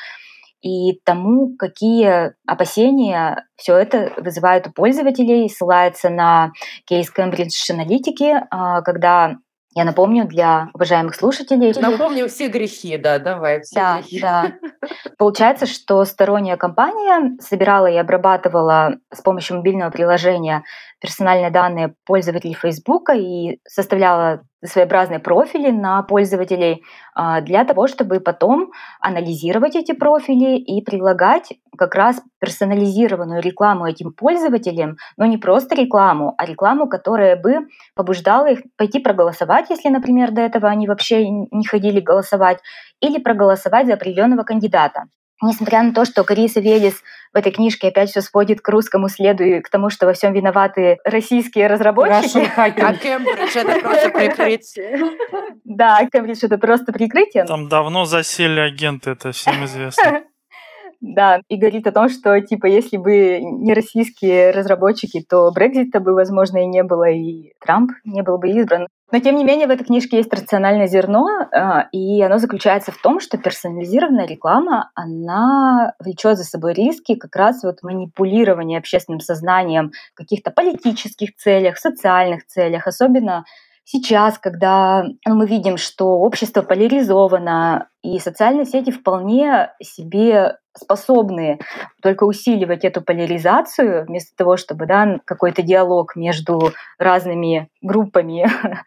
и тому, какие опасения все это вызывает у пользователей, ссылается на кейс Cambridge Analytica, когда... Я напомню для уважаемых слушателей. Напомним все грехи, да, давай. Да. Получается, что сторонняя компания собирала и обрабатывала с помощью мобильного приложения персональные данные пользователей Facebook и составляла своеобразные профили на пользователей для того, чтобы потом анализировать эти профили и предлагать как раз персонализированную рекламу этим пользователям, но не просто рекламу, а рекламу, которая бы побуждала их пойти проголосовать, если, например, до этого они вообще не ходили голосовать, или проголосовать за определенного кандидата. Несмотря на то, что Кариса Велес в этой книжке опять все сводит к русскому следу и к тому, что во всем виноваты российские разработчики. А Кембридж — это просто прикрытие. Да, Кембридж — это просто прикрытие. Там давно засели агенты, это всем известно. Да, и говорит о том, что, если бы не российские разработчики, то Брексита бы, возможно, и не было, и Трамп не был бы избран. Но, тем не менее, в этой книжке есть рациональное зерно, и оно заключается в том, что персонализированная реклама, она влечет за собой риски как раз манипулирования общественным сознанием в каких-то политических целях, социальных целях, особенно сейчас, когда мы видим, что общество поляризовано, и социальные сети вполне себе способны только усиливать эту поляризацию, вместо того, чтобы какой-то диалог между разными группами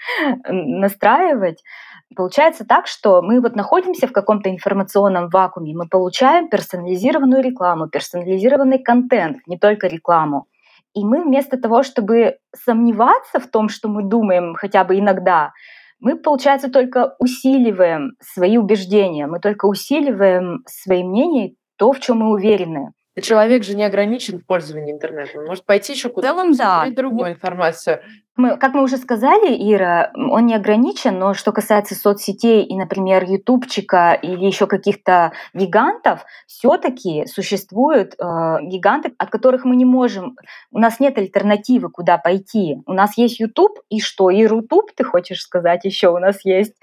настраивать. Получается так, что мы находимся в каком-то информационном вакууме, мы получаем персонализированную рекламу, персонализированный контент, не только рекламу. И мы вместо того, чтобы сомневаться в том, что мы думаем хотя бы иногда, мы, получается, только усиливаем свои убеждения, мы только усиливаем свои мнения, то, в чем мы уверены. Человек же не ограничен в пользовании интернетом. Он может пойти еще куда-то, посмотреть другую информацию. Как мы уже сказали, Ира, он не ограничен, но что касается соцсетей и, например, ютубчика или еще каких-то гигантов, все-таки существуют гиганты, от которых мы не можем, у нас нет альтернативы, куда пойти. У нас есть YouTube, и что? И Рутуб, ты хочешь сказать, еще у нас есть?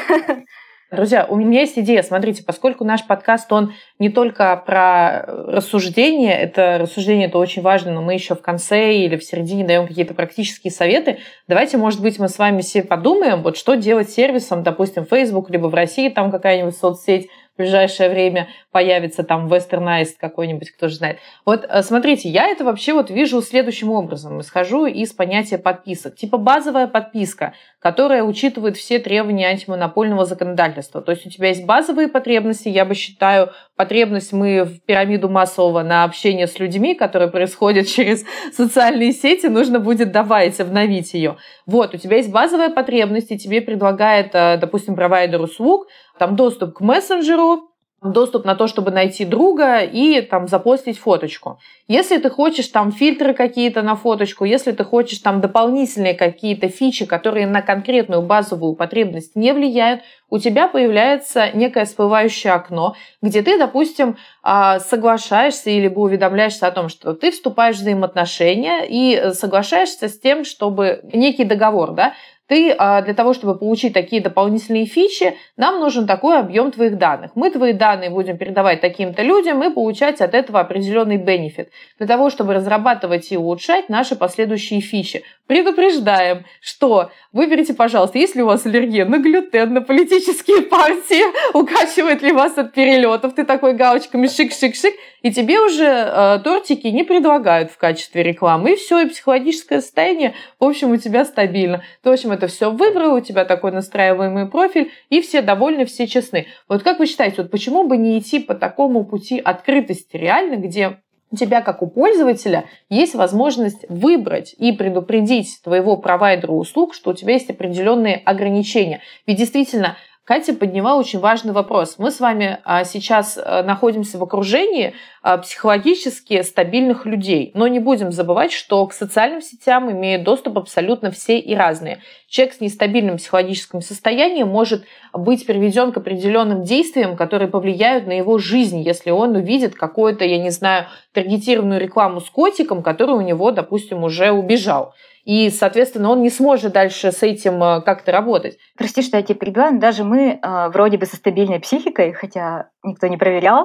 Друзья, у меня есть идея. Смотрите, поскольку наш подкаст, он не только про рассуждение, это очень важно, но мы еще в конце или в середине даем какие-то практические советы. Давайте, может быть, мы с вами все подумаем, что делать с сервисом, допустим, Facebook, либо в России там какая-нибудь соцсеть в ближайшее время появится, там Westernized какой-нибудь, кто же знает. Смотрите, я это вообще вижу следующим образом. Исхожу из понятия подписок. Типа базовая подписка, которая учитывает все требования антимонопольного законодательства. То есть у тебя есть базовые потребности, я бы считаю, потребность мы в пирамиду массового на общение с людьми, которое происходит через социальные сети, нужно будет добавить, обновить ее. У тебя есть базовая потребность, и тебе предлагает, допустим, провайдер услуг, там доступ к мессенджеру, доступ на то, чтобы найти друга и там запостить фоточку. Если ты хочешь там фильтры какие-то на фоточку, если ты хочешь там дополнительные какие-то фичи, которые на конкретную базовую потребность не влияют, у тебя появляется некое всплывающее окно, где ты, допустим, соглашаешься или уведомляешься о том, что ты вступаешь в взаимоотношения и соглашаешься с тем, чтобы некий договор, ты для того, чтобы получить такие дополнительные фичи, нам нужен такой объем твоих данных. Мы твои данные будем передавать таким-то людям и получать от этого определенный бенефит. Для того, чтобы разрабатывать и улучшать наши последующие фичи. Предупреждаем, что выберите, пожалуйста, есть ли у вас аллергия на глютен, на политические партии, укачивает ли вас от перелетов, ты такой галочками шик-шик-шик, и тебе уже тортики не предлагают в качестве рекламы. И все, и психологическое состояние, в общем, у тебя стабильно. Ты, в общем, это все выбрал, у тебя такой настраиваемый профиль, и все довольны, все честны. Как вы считаете, почему бы не идти по такому пути открытости реально, где у тебя, как у пользователя, есть возможность выбрать и предупредить твоего провайдера услуг, что у тебя есть определенные ограничения. Ведь действительно, Катя подняла очень важный вопрос. Мы с вами сейчас находимся в окружении психологически стабильных людей, но не будем забывать, что к социальным сетям имеют доступ абсолютно все и разные. Человек с нестабильным психологическим состоянием может быть приведен к определенным действиям, которые повлияют на его жизнь, если он увидит какую-то, я не знаю, таргетированную рекламу с котиком, который у него, допустим, уже убежал. И, соответственно, он не сможет дальше с этим как-то работать. Прости, что я тебя перебиваю, но даже мы вроде бы со стабильной психикой, хотя никто не проверял.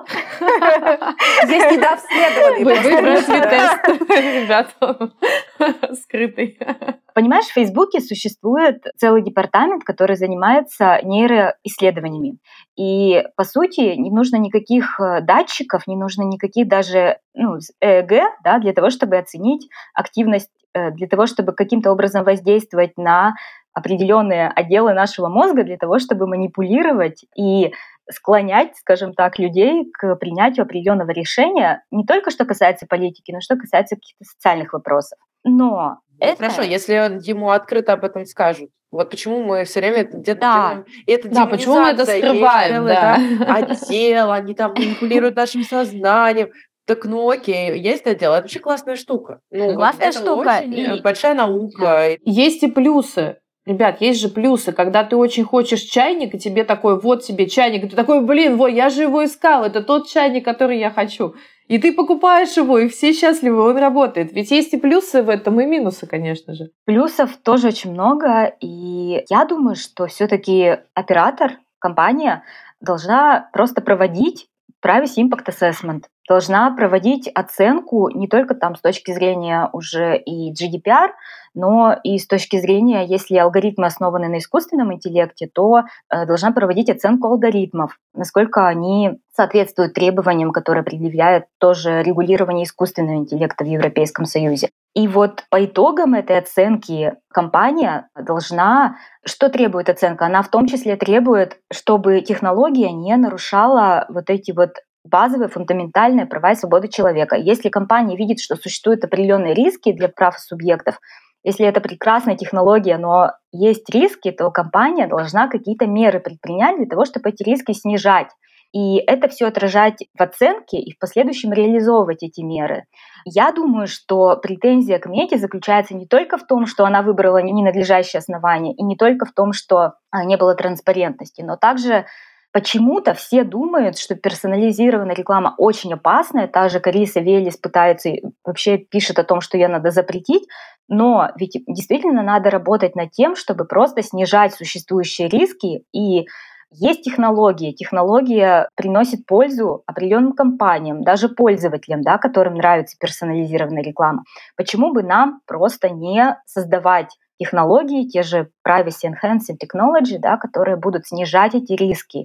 Здесь недообследованный. Вы прошли тест, ребята, скрытый. Понимаешь, в Фейсбуке существует целый департамент, который занимается нейроисследованиями. И, по сути, не нужно никаких датчиков, не нужно никаких даже ЭЭГ, для того, чтобы оценить активность, для того, чтобы каким-то образом воздействовать на определенные отделы нашего мозга, для того, чтобы манипулировать и склонять, скажем так, людей к принятию определенного решения, не только что касается политики, но что касается каких-то социальных вопросов. Но Хорошо, если ему открыто об этом скажут. Почему мы все время где-то делаем... Это почему мы это скрываем? Отдел, они там манипулируют нашим сознанием. Так, окей, есть отдел. Это вообще классная штука. Классная штука. И большая наука. Есть и плюсы. Ребят, есть же плюсы, когда ты очень хочешь чайник, и тебе такой, вот тебе чайник, и ты такой, я же его искал, это тот чайник, который я хочу. И ты покупаешь его, и все счастливы, он работает. Ведь есть и плюсы в этом, и минусы, конечно же. Плюсов тоже очень много, и я думаю, что все-таки оператор, компания должна просто проводить Privacy Impact Assessment. должна проводить оценку не только там с точки зрения уже и GDPR, но и с точки зрения, если алгоритмы основаны на искусственном интеллекте, то должна проводить оценку алгоритмов, насколько они соответствуют требованиям, которые предъявляет тоже регулирование искусственного интеллекта в Европейском Союзе. И вот по итогам этой оценки компания должна... Что требует оценка? Она в том числе требует, чтобы технология не нарушала вот эти вот базовые фундаментальные права и свободы человека. Если компания видит, что существуют определенные риски для прав субъектов, если это прекрасная технология, но есть риски, то компания должна какие-то меры предпринять для того, чтобы эти риски снижать. И это все отражать в оценке и в последующем реализовывать эти меры. Я думаю, что претензия к Мете заключается не только в том, что она выбрала ненадлежащее основание, и не только в том, что не было транспарентности, но также почему-то все думают, что персонализированная реклама очень опасная. Та же Кариса Веллис пытается, вообще пишет о том, что ее надо запретить. Но ведь действительно надо работать над тем, чтобы просто снижать существующие риски. И есть технологии. Технология приносит пользу определенным компаниям, даже пользователям, да, которым нравится персонализированная реклама. Почему бы нам просто не создавать технологии, те же privacy enhancing technology, да, которые будут снижать эти риски.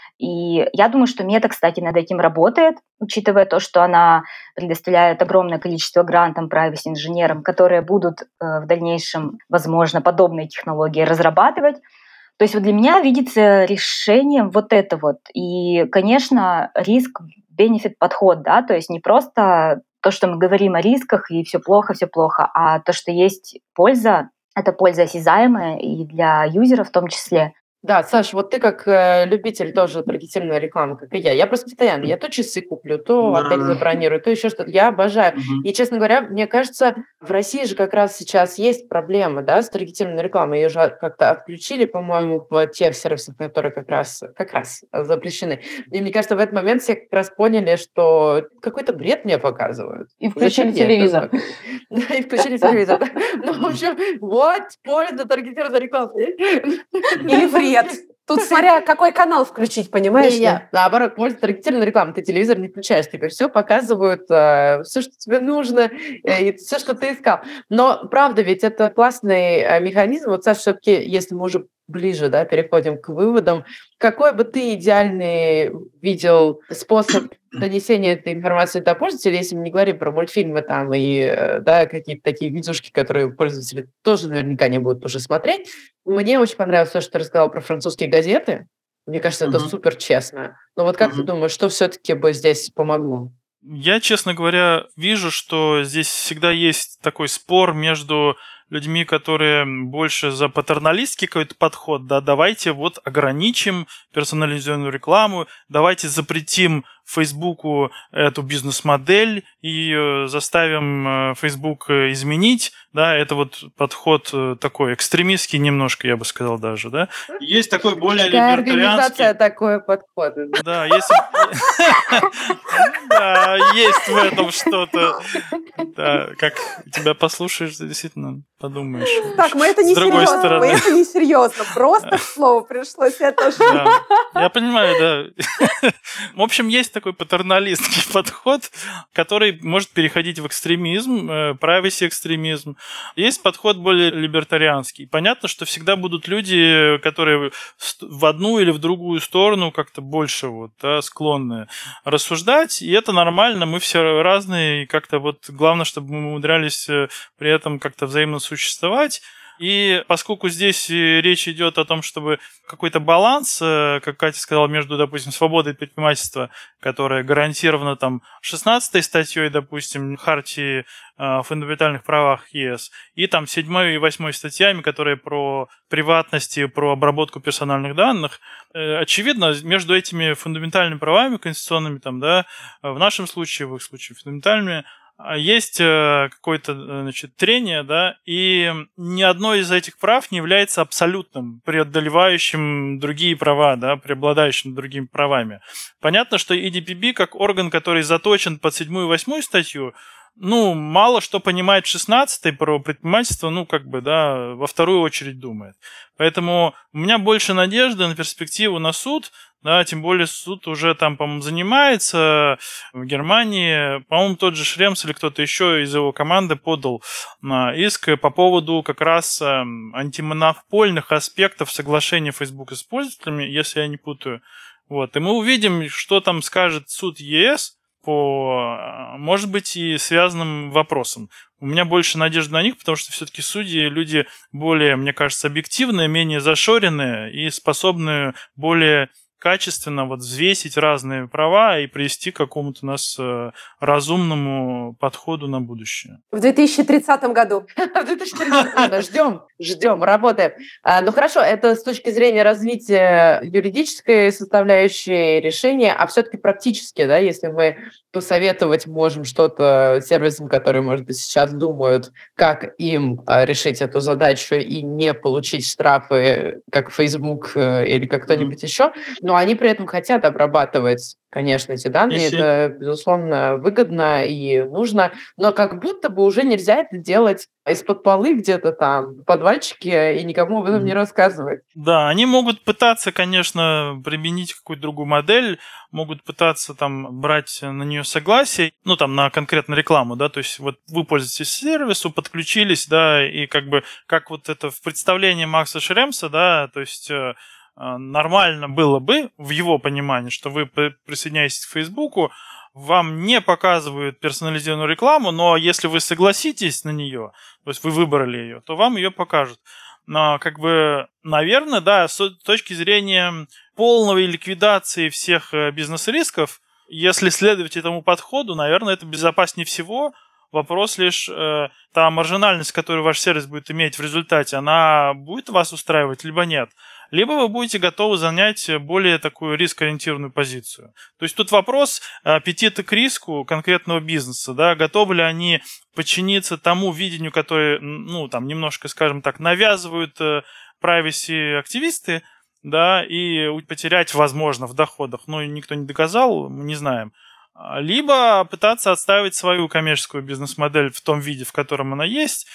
И я думаю, что Мета, кстати, над этим работает, учитывая то, что она предоставляет огромное количество грантов privacy-инженерам, которые будут в дальнейшем, возможно, подобные технологии разрабатывать. То есть вот для меня видится решением вот это вот. И, конечно, риск-бенефит подход, да, то есть не просто то, что мы говорим о рисках и все плохо, а то, что есть польза, это польза осязаемая и для юзера в том числе. Да, Саш, вот ты как любитель тоже таргетированной рекламы, как и я просто постоянно, я то часы куплю, то отель забронирую, то еще что-то, я обожаю. И, честно говоря, мне кажется, в России же как раз сейчас есть проблема, да, с таргетированной рекламой, ее же как-то отключили, по-моему, в тех сервисах, которые как раз запрещены. И мне кажется, в этот момент все как раз поняли, что какой-то бред мне показывают. И включили телевизор. И включили телевизор. Ну, в общем, вот польза таргетированной рекламы. Или вред. Тут смотря какой канал включить, понимаешь? Не, наоборот, польза таргетированной рекламы. Ты телевизор не включаешь, тебе все показывают, все, что тебе нужно, и все, что ты искал. Но, правда, ведь это классный механизм. Вот, Саша, все-таки, если мы уже ближе, да, переходим к выводам, какой бы ты идеальный видел способ донесения этой информации до пользователя, если мы не говорим про мультфильмы там и, да, какие-то такие видюшки, которые пользователи тоже наверняка не будут уже смотреть. Мне очень понравилось то, что ты рассказал про французские газеты. Мне кажется, это супер честно. Но вот как ты думаешь, что все-таки бы здесь помогло? Я, честно говоря, вижу, что здесь всегда есть такой спор между людьми, которые больше за патерналистский какой-то подход, да, давайте вот ограничим персонализированную рекламу, давайте запретим Фейсбуку эту бизнес-модель и заставим Facebook изменить, да, это вот подход такой экстремистский немножко, я бы сказал даже, да. Есть такой более либертарианский. Организация такой подход. Да, есть в этом что-то. Да, как тебя послушаешь, действительно подумаешь. Так, мы это не серьезно, мы это не серьезно, просто слово пришлось, я тоже. Я понимаю, да. В общем, есть такой патерналистский подход, который может переходить в экстремизм, privacy-экстремизм. Есть подход более либертарианский. Понятно, что всегда будут люди, которые в одну или в другую сторону как-то больше вот, да, склонны рассуждать, и это нормально, мы все разные, и как-то вот главное, чтобы мы умудрялись при этом как-то взаимно существовать. И поскольку здесь речь идет о том, чтобы какой-то баланс, как Катя сказала, между, допустим, свободой предпринимательства, которая гарантирована там 16-й статьей, допустим, Хартии о фундаментальных правах ЕС, и там 7-й и 8-й статьями, которые про приватность и про обработку персональных данных, очевидно, между этими фундаментальными правами конституционными, там, да, в нашем случае, в их случае фундаментальными, есть какое-то, значит, трение, да, и ни одно из этих прав не является абсолютным, преодолевающим другие права, да, преобладающим другими правами. Понятно, что EDPB, как орган, который заточен под 7-ю и 8-ю статью, мало что понимает в 16-й про предпринимательство, во вторую очередь думает. Поэтому у меня больше надежды на перспективу на суд, да, тем более суд уже там, по-моему, занимается в Германии. По-моему, тот же Шремс или кто-то еще из его команды подал иск по поводу как раз антимонопольных аспектов соглашения Facebook с пользователями, если я не путаю. Вот. И мы увидим, что там скажет суд ЕС по, может быть, и связанным вопросам. У меня больше надежды на них, потому что все-таки судьи люди более, мне кажется, объективные, менее зашоренные и способны более качественно взвесить разные права и привести к какому-то у нас разумному подходу на будущее. В 2030 году. В 2030 ждем, работаем. Хорошо, это с точки зрения развития юридической составляющей решения, а все-таки практически, да, если мы посоветовать можем что-то сервисам, которые, может быть, сейчас думают, как им решить эту задачу и не получить штрафы, как Facebook или как кто-нибудь еще, но они при этом хотят обрабатывать, конечно, эти данные. Это, безусловно, выгодно и нужно, но как будто бы уже нельзя это делать из-под полы где-то там, в подвальчике, и никому об этом не рассказывать. Да, они могут пытаться, конечно, применить какую-то другую модель, могут пытаться там брать на нее согласие, на конкретную рекламу, да, то есть вот вы пользуетесь сервисом, подключились, да, и как вот это в представлении Макса Шремса, да, то есть нормально было бы, в его понимании, что вы присоединяетесь к Фейсбуку, вам не показывают персонализированную рекламу, но если вы согласитесь на нее, то есть вы выбрали ее, то вам ее покажут. Но, наверное, да, с точки зрения полной ликвидации всех бизнес-рисков, если следовать этому подходу, наверное, это безопаснее всего. Вопрос лишь, та маржинальность, которую ваш сервис будет иметь в результате, она будет вас устраивать, либо нет. Либо вы будете готовы занять более такую рискоориентированную позицию. То есть тут вопрос аппетита к риску конкретного бизнеса, да, готовы ли они подчиниться тому видению, которое, немножко, скажем так, навязывают privacy-активисты, да, и потерять, возможно, в доходах. Никто не доказал, мы не знаем. Либо пытаться отставить свою коммерческую бизнес-модель в том виде, в котором она есть,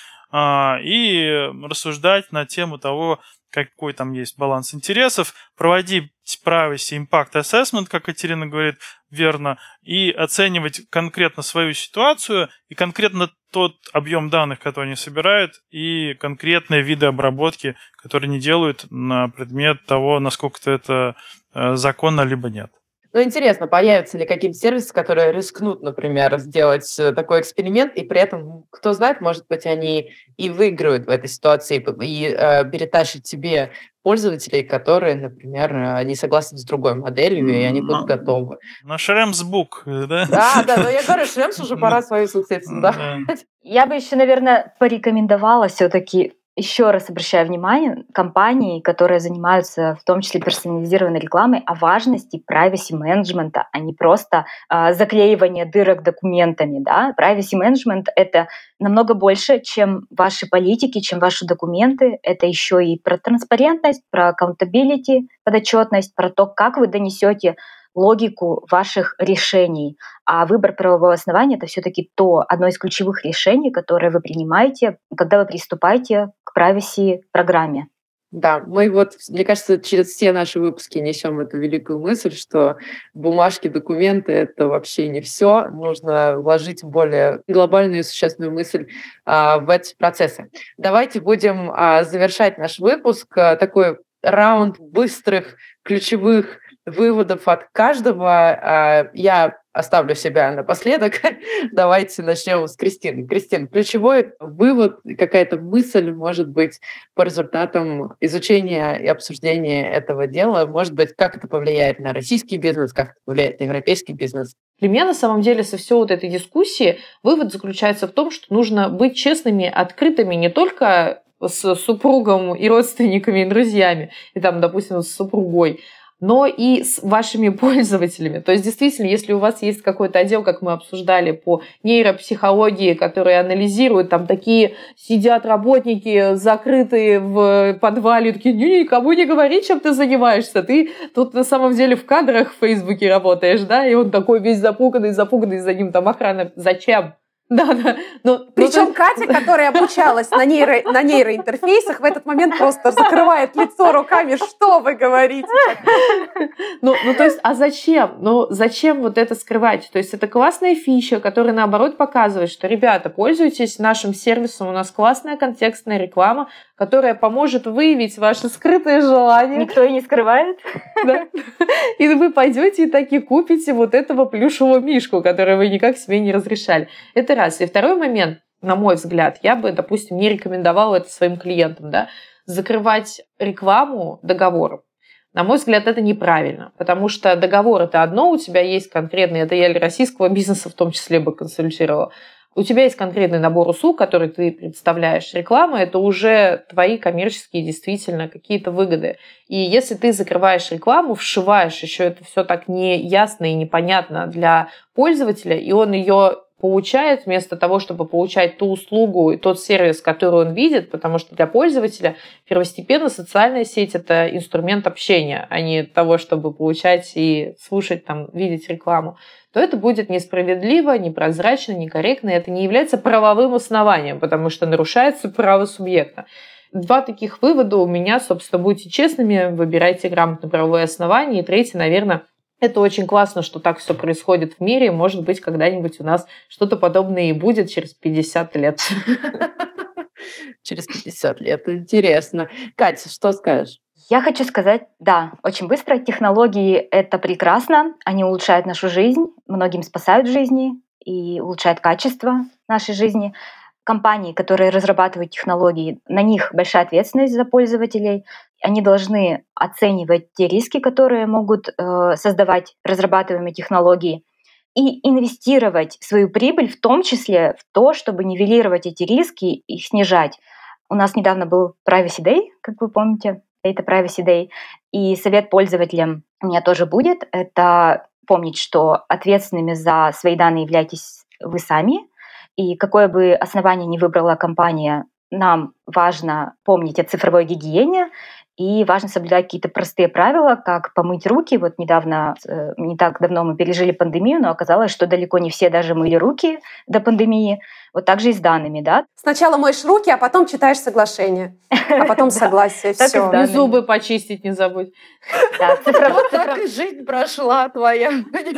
и рассуждать на тему того, какой там есть баланс интересов, проводить privacy impact assessment, как Катерина говорит верно, и оценивать конкретно свою ситуацию и конкретно тот объем данных, который они собирают, и конкретные виды обработки, которые они делают на предмет того, насколько это законно, либо нет. Интересно, появятся ли какие-то сервисы, которые рискнут, например, сделать такой эксперимент, и при этом, кто знает, может быть, они и выиграют в этой ситуации, и перетащат себе пользователей, которые, например, не согласны с другой моделью, и они будут готовы. На Шремсбук, да? Да, но я говорю, Шремс уже пора свою субсcription, да. Я бы еще, наверное, порекомендовала все-таки еще раз обращаю внимание компании, которые занимаются в том числе персонализированной рекламой, о важности privacy менеджмента, а не просто заклеивание дырок документами. Да? Privacy менеджмент — это намного больше, чем ваши политики, чем ваши документы. Это еще и про транспарентность, про accountability, подотчетность, про то, как вы донесете логику ваших решений. А выбор правового основания — это все-таки одно из ключевых решений, которое вы принимаете, когда вы приступаете к privacy-программе. Да, мы мне кажется, через все наши выпуски несем эту великую мысль, что бумажки, документы — это вообще не все. Нужно вложить более глобальную и существенную мысль в эти процессы. Давайте будем завершать наш выпуск. Такой раунд быстрых, ключевых выводов от каждого. Я оставлю себя напоследок. Давайте начнем с Кристины. Кристина, ключевой вывод, какая-то мысль, может быть, по результатам изучения и обсуждения этого дела, может быть, как это повлияет на российский бизнес, как это повлияет на европейский бизнес? Для меня, на самом деле, со всей вот этой дискуссии вывод заключается в том, что нужно быть честными, открытыми не только с супругом и родственниками, и друзьями, и там, допустим, с супругой, но и с вашими пользователями. То есть, действительно, если у вас есть какой-то отдел, как мы обсуждали, по нейропсихологии, который анализирует, там такие сидят работники, закрытые в подвале, такие, никому не говори, чем ты занимаешься, ты тут на самом деле в кадрах в Фейсбуке работаешь, да, и он такой весь запуганный, за ним там охрана. Зачем? Да. Причем Катя, которая обучалась на нейроинтерфейсах, в этот момент просто закрывает лицо руками. Что вы говорите? То есть, а зачем? Зачем вот это скрывать? То есть это классная фича, которая, наоборот, показывает, что, ребята, пользуйтесь нашим сервисом, у нас классная контекстная реклама, которая поможет выявить ваши скрытые желания. Никто и не скрывает. Да. И вы пойдете и таки купите вот этого плюшевого мишку, который вы никак себе не разрешали. Это раз. И второй момент, на мой взгляд, я бы, допустим, не рекомендовала это своим клиентам, да, закрывать рекламу договором. На мой взгляд, это неправильно, потому что договор – это одно, у тебя есть конкретный, это я для российского бизнеса в том числе бы консультировала, у тебя есть конкретный набор услуг, который ты представляешь. Реклама – это уже твои коммерческие действительно какие-то выгоды. И если ты закрываешь рекламу, вшиваешь еще это все так неясно и непонятно для пользователя, и он ее получает вместо того, чтобы получать ту услугу и тот сервис, который он видит, потому что для пользователя первостепенно социальная сеть – это инструмент общения, а не того, чтобы получать и слушать, видеть рекламу, то это будет несправедливо, непрозрачно, некорректно, и это не является правовым основанием, потому что нарушается право субъекта. 2 таких вывода у меня, собственно, будьте честными, выбирайте грамотно правовые основания. И 3, наверное, это очень классно, что так все происходит в мире. Может быть, когда-нибудь у нас что-то подобное и будет через 50 лет. Через 50 лет. Интересно. Катя, что скажешь? Я хочу сказать, да, очень быстро. Технологии — это прекрасно. Они улучшают нашу жизнь, многим спасают жизни и улучшают качество нашей жизни. Компании, которые разрабатывают технологии, на них большая ответственность за пользователей. Они должны оценивать те риски, которые могут создавать разрабатываемые технологии, и инвестировать свою прибыль в том числе в то, чтобы нивелировать эти риски и их снижать. У нас недавно был Privacy Day, как вы помните, Data Privacy Day, и совет пользователям у меня тоже будет. Это помнить, что ответственными за свои данные являетесь вы сами, и какое бы основание ни выбрала компания, нам важно помнить о цифровой гигиене, и важно соблюдать какие-то простые правила, как помыть руки. Вот недавно, не так давно мы пережили пандемию, но оказалось, что далеко не все даже мыли руки до пандемии. Вот так же и с данными, да? Сначала моешь руки, а потом читаешь соглашение, а потом согласие. Все. И зубы почистить не забудь. Так и жизнь прошла твоя.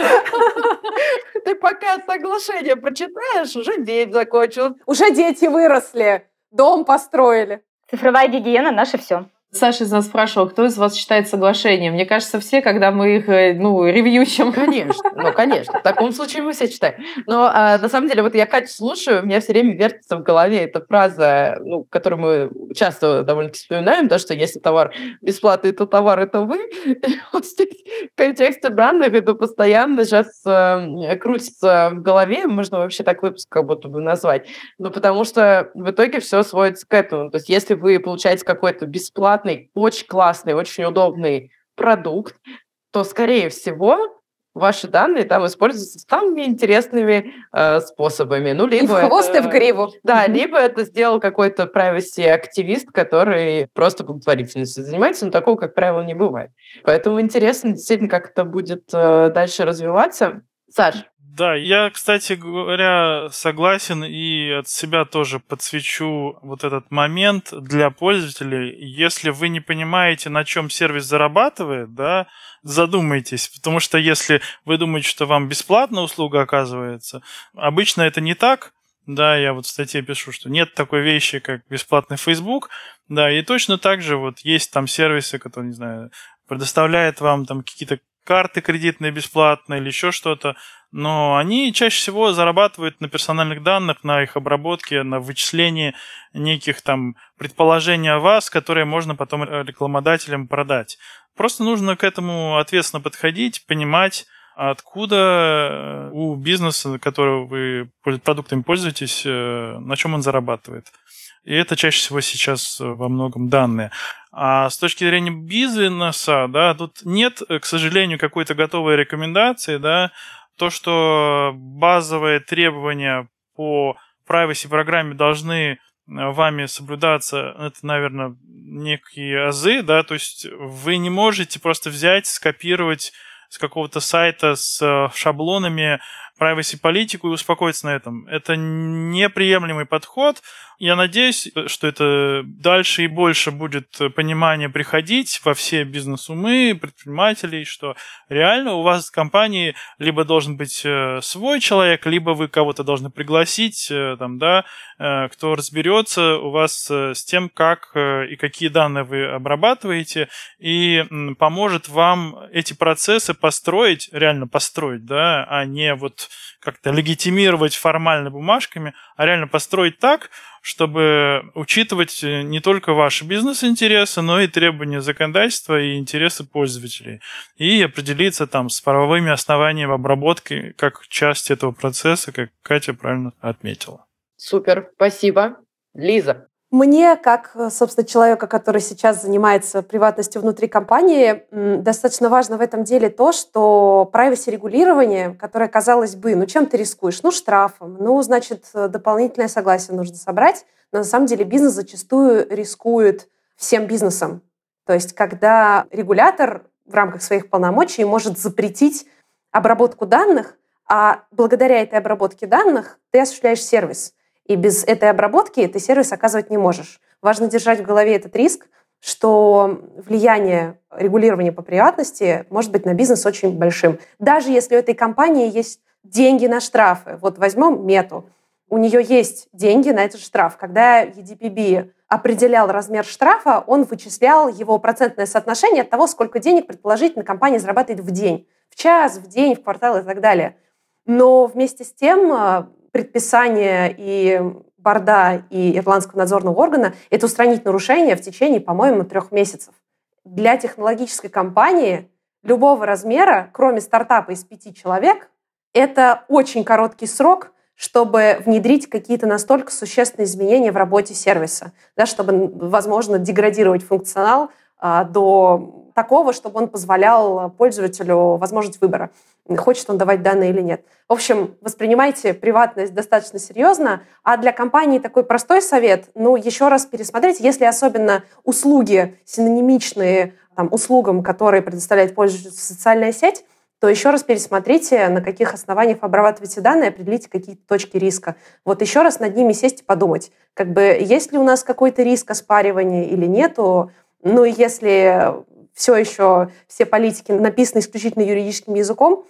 Ты пока соглашение прочитаешь, уже день закончился. Уже дети выросли, дом построили. Цифровая гигиена — наше все. Саша из нас спрашивал, кто из вас считает соглашения. Мне кажется, все, когда мы их, ревьючим. Конечно. В таком случае мы все читаем. Но на самом деле, вот я Катю слушаю, у меня все время вертится в голове эта фраза, которую мы часто довольно-таки вспоминаем, то, что если товар бесплатный, то товар — это вы. Вот здесь в контексте данных это постоянно сейчас крутится в голове, можно вообще так выпуск как будто бы назвать. Потому что в итоге все сводится к этому. То есть если вы получаете какой-то бесплатный, очень классный, очень удобный продукт, то, скорее всего, ваши данные там используются самыми интересными способами. Либо и в хвост, и в гриву. Да, либо это сделал какой-то privacy-активист, который просто благотворительностью занимается, но такого, как правило, не бывает. Поэтому интересно действительно, как это будет дальше развиваться. Саш? Да, я, кстати говоря, согласен и от себя тоже подсвечу вот этот момент для пользователей. Если вы не понимаете, на чем сервис зарабатывает, да, задумайтесь, потому что если вы думаете, что вам бесплатная услуга оказывается, обычно это не так. Да, я вот в статье пишу, что нет такой вещи, как бесплатный Facebook, да, и точно так же вот есть там сервисы, которые, не знаю, предоставляют вам там какие-то карты кредитные бесплатные или еще что-то, но они чаще всего зарабатывают на персональных данных, на их обработке, на вычислении неких там предположений о вас, которые можно потом рекламодателям продать. Просто нужно к этому ответственно подходить, понимать, откуда у бизнеса, которого вы продуктами пользуетесь, на чем он зарабатывает. И это чаще всего сейчас во многом данные. А с точки зрения бизнеса, да, тут нет, к сожалению, какой-то готовой рекомендации, да. То, что базовые требования по privacy-программе должны вами соблюдаться, это, наверное, некие азы, да, то есть вы не можете просто взять, скопировать с какого-то сайта с шаблонами privacy-политику и успокоиться на этом. Это неприемлемый подход. Я надеюсь, что это дальше и больше будет понимание приходить во все бизнес-умы предпринимателей, что реально у вас в компании либо должен быть свой человек, либо вы кого-то должны пригласить, кто разберется у вас с тем, как и какие данные вы обрабатываете, и поможет вам эти процессы построить, реально построить, да, а не вот как-то легитимировать формально бумажками, а реально построить так, чтобы учитывать не только ваши бизнес-интересы, но и требования законодательства и интересы пользователей. И определиться там с правовыми основаниями обработки как часть этого процесса, как Катя правильно отметила. Супер, спасибо. Лиза. Мне, как, собственно, человека, который сейчас занимается приватностью внутри компании, достаточно важно в этом деле то, что privacy-регулирование, которое, казалось бы, чем ты рискуешь? Штрафом, значит, дополнительное согласие нужно собрать. Но на самом деле бизнес зачастую рискует всем бизнесом. То есть, когда регулятор в рамках своих полномочий может запретить обработку данных, а благодаря этой обработке данных ты осуществляешь сервис. И без этой обработки ты сервис оказывать не можешь. Важно держать в голове этот риск, что влияние регулирования по приватности может быть на бизнес очень большим. Даже если у этой компании есть деньги на штрафы. Вот возьмем Мету. У нее есть деньги на этот штраф. Когда EDPB определял размер штрафа, он вычислял его процентное соотношение от того, сколько денег, предположительно, компания зарабатывает в день. В час, в день, в квартал и так далее. Но вместе с тем предписание и борда, и ирландского надзорного органа – это устранить нарушения в течение, по-моему, 3 месяцев. Для технологической компании любого размера, кроме стартапа из 5 человек, это очень короткий срок, чтобы внедрить какие-то настолько существенные изменения в работе сервиса, чтобы, возможно, деградировать функционал до такого, чтобы он позволял пользователю возможность выбора, хочет он давать данные или нет. В общем, воспринимайте приватность достаточно серьезно, а для компании такой простой совет, еще раз пересмотреть, если особенно услуги синонимичные услугам, которые предоставляет пользователю социальная сеть, то еще раз пересмотрите, на каких основаниях вы обрабатываете данные, определите какие-то точки риска. Вот еще раз над ними сесть и подумать, есть ли у нас какой-то риск оспаривания или нету. Если все еще все политики написаны исключительно юридическим языком,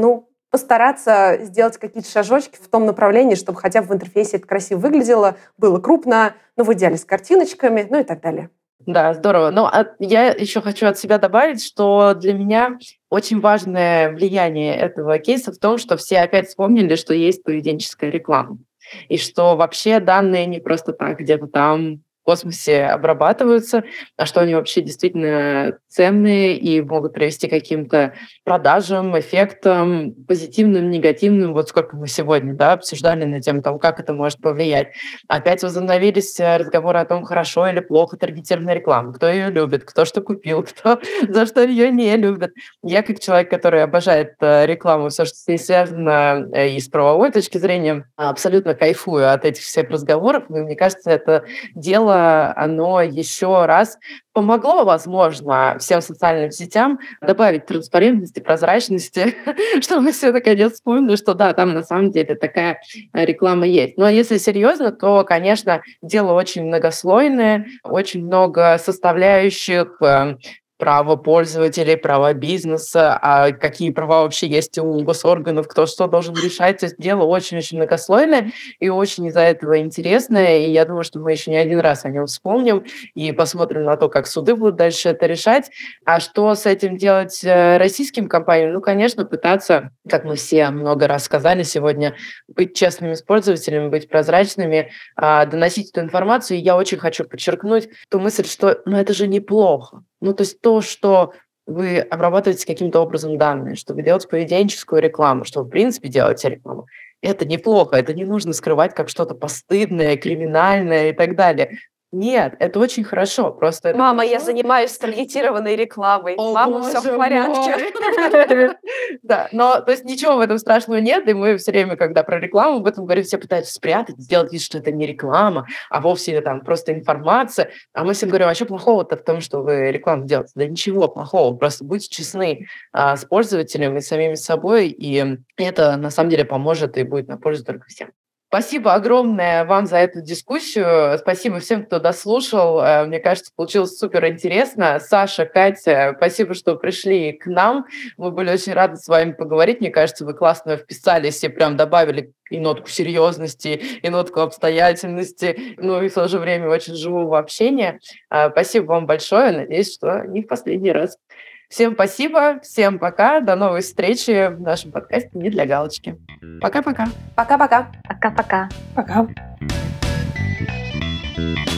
постараться сделать какие-то шажочки в том направлении, чтобы хотя бы в интерфейсе это красиво выглядело, было крупно, в идеале с картиночками, и так далее. Да, здорово. Я еще хочу от себя добавить, что для меня очень важное влияние этого кейса в том, что все опять вспомнили, что есть поведенческая реклама. И что вообще данные не просто так где-то там в космосе обрабатываются, а что они вообще действительно ценные и могут привести к каким-то продажам, эффектам, позитивным, негативным. Вот сколько мы сегодня обсуждали на тему того, как это может повлиять. Опять возобновились разговоры о том, хорошо или плохо таргетированная реклама, кто ее любит, кто что купил, кто за что ее не любит. Я, как человек, который обожает рекламу, все, что с ней связано, и с правовой точки зрения, абсолютно кайфую от этих всех разговоров. И мне кажется, это дело, оно еще раз помогло, возможно, всем социальным сетям добавить транспарентности, прозрачности, чтобы мы все наконец вспомнили, что да, там на самом деле такая реклама есть. Но если серьезно, то, конечно, дело очень многослойное, очень много составляющих, право пользователей, права бизнеса, а какие права вообще есть у госорганов, кто что должен решать. То есть дело очень-очень многослойное и очень из-за этого интересное. И я думаю, что мы еще не один раз о нем вспомним и посмотрим на то, как суды будут дальше это решать. А что с этим делать российским компаниям? Конечно, пытаться, как мы все много раз сказали сегодня, быть честными с пользователями, быть прозрачными, доносить эту информацию. И я очень хочу подчеркнуть ту мысль, что это же неплохо. То есть то, что вы обрабатываете каким-то образом данные, чтобы делать поведенческую рекламу, что вы, в принципе, делаете рекламу, это неплохо, это не нужно скрывать как что-то постыдное, криминальное и так далее. Нет, это очень хорошо. Просто это Мама, я хорошо. занимаюсь таргетированной рекламой. О, Мама, все в боже порядке. мой. Да, но то есть ничего в этом страшного нет, и мы все время, когда про рекламу об этом говорим, все пытаются спрятать, сделать вид, что это не реклама, а вовсе там просто информация. А мы всем говорим, а что плохого-то в том, что вы рекламу делаете? Да ничего плохого, просто будьте честны с пользователем и самими собой, и это на самом деле поможет и будет на пользу только всем. Спасибо огромное вам за эту дискуссию. Спасибо всем, кто дослушал. Мне кажется, получилось супер интересно. Саша, Катя, спасибо, что пришли к нам. Мы были очень рады с вами поговорить. Мне кажется, вы классно вписались и прям добавили и нотку серьезности, и нотку обстоятельности, ну и в то же время очень живого общения. Спасибо вам большое. Надеюсь, что не в последний раз. Всем спасибо, всем пока. До новой встречи в нашем подкасте «Не для галочки». Пока-пока. Пока-пока. Пока-пока. Пока.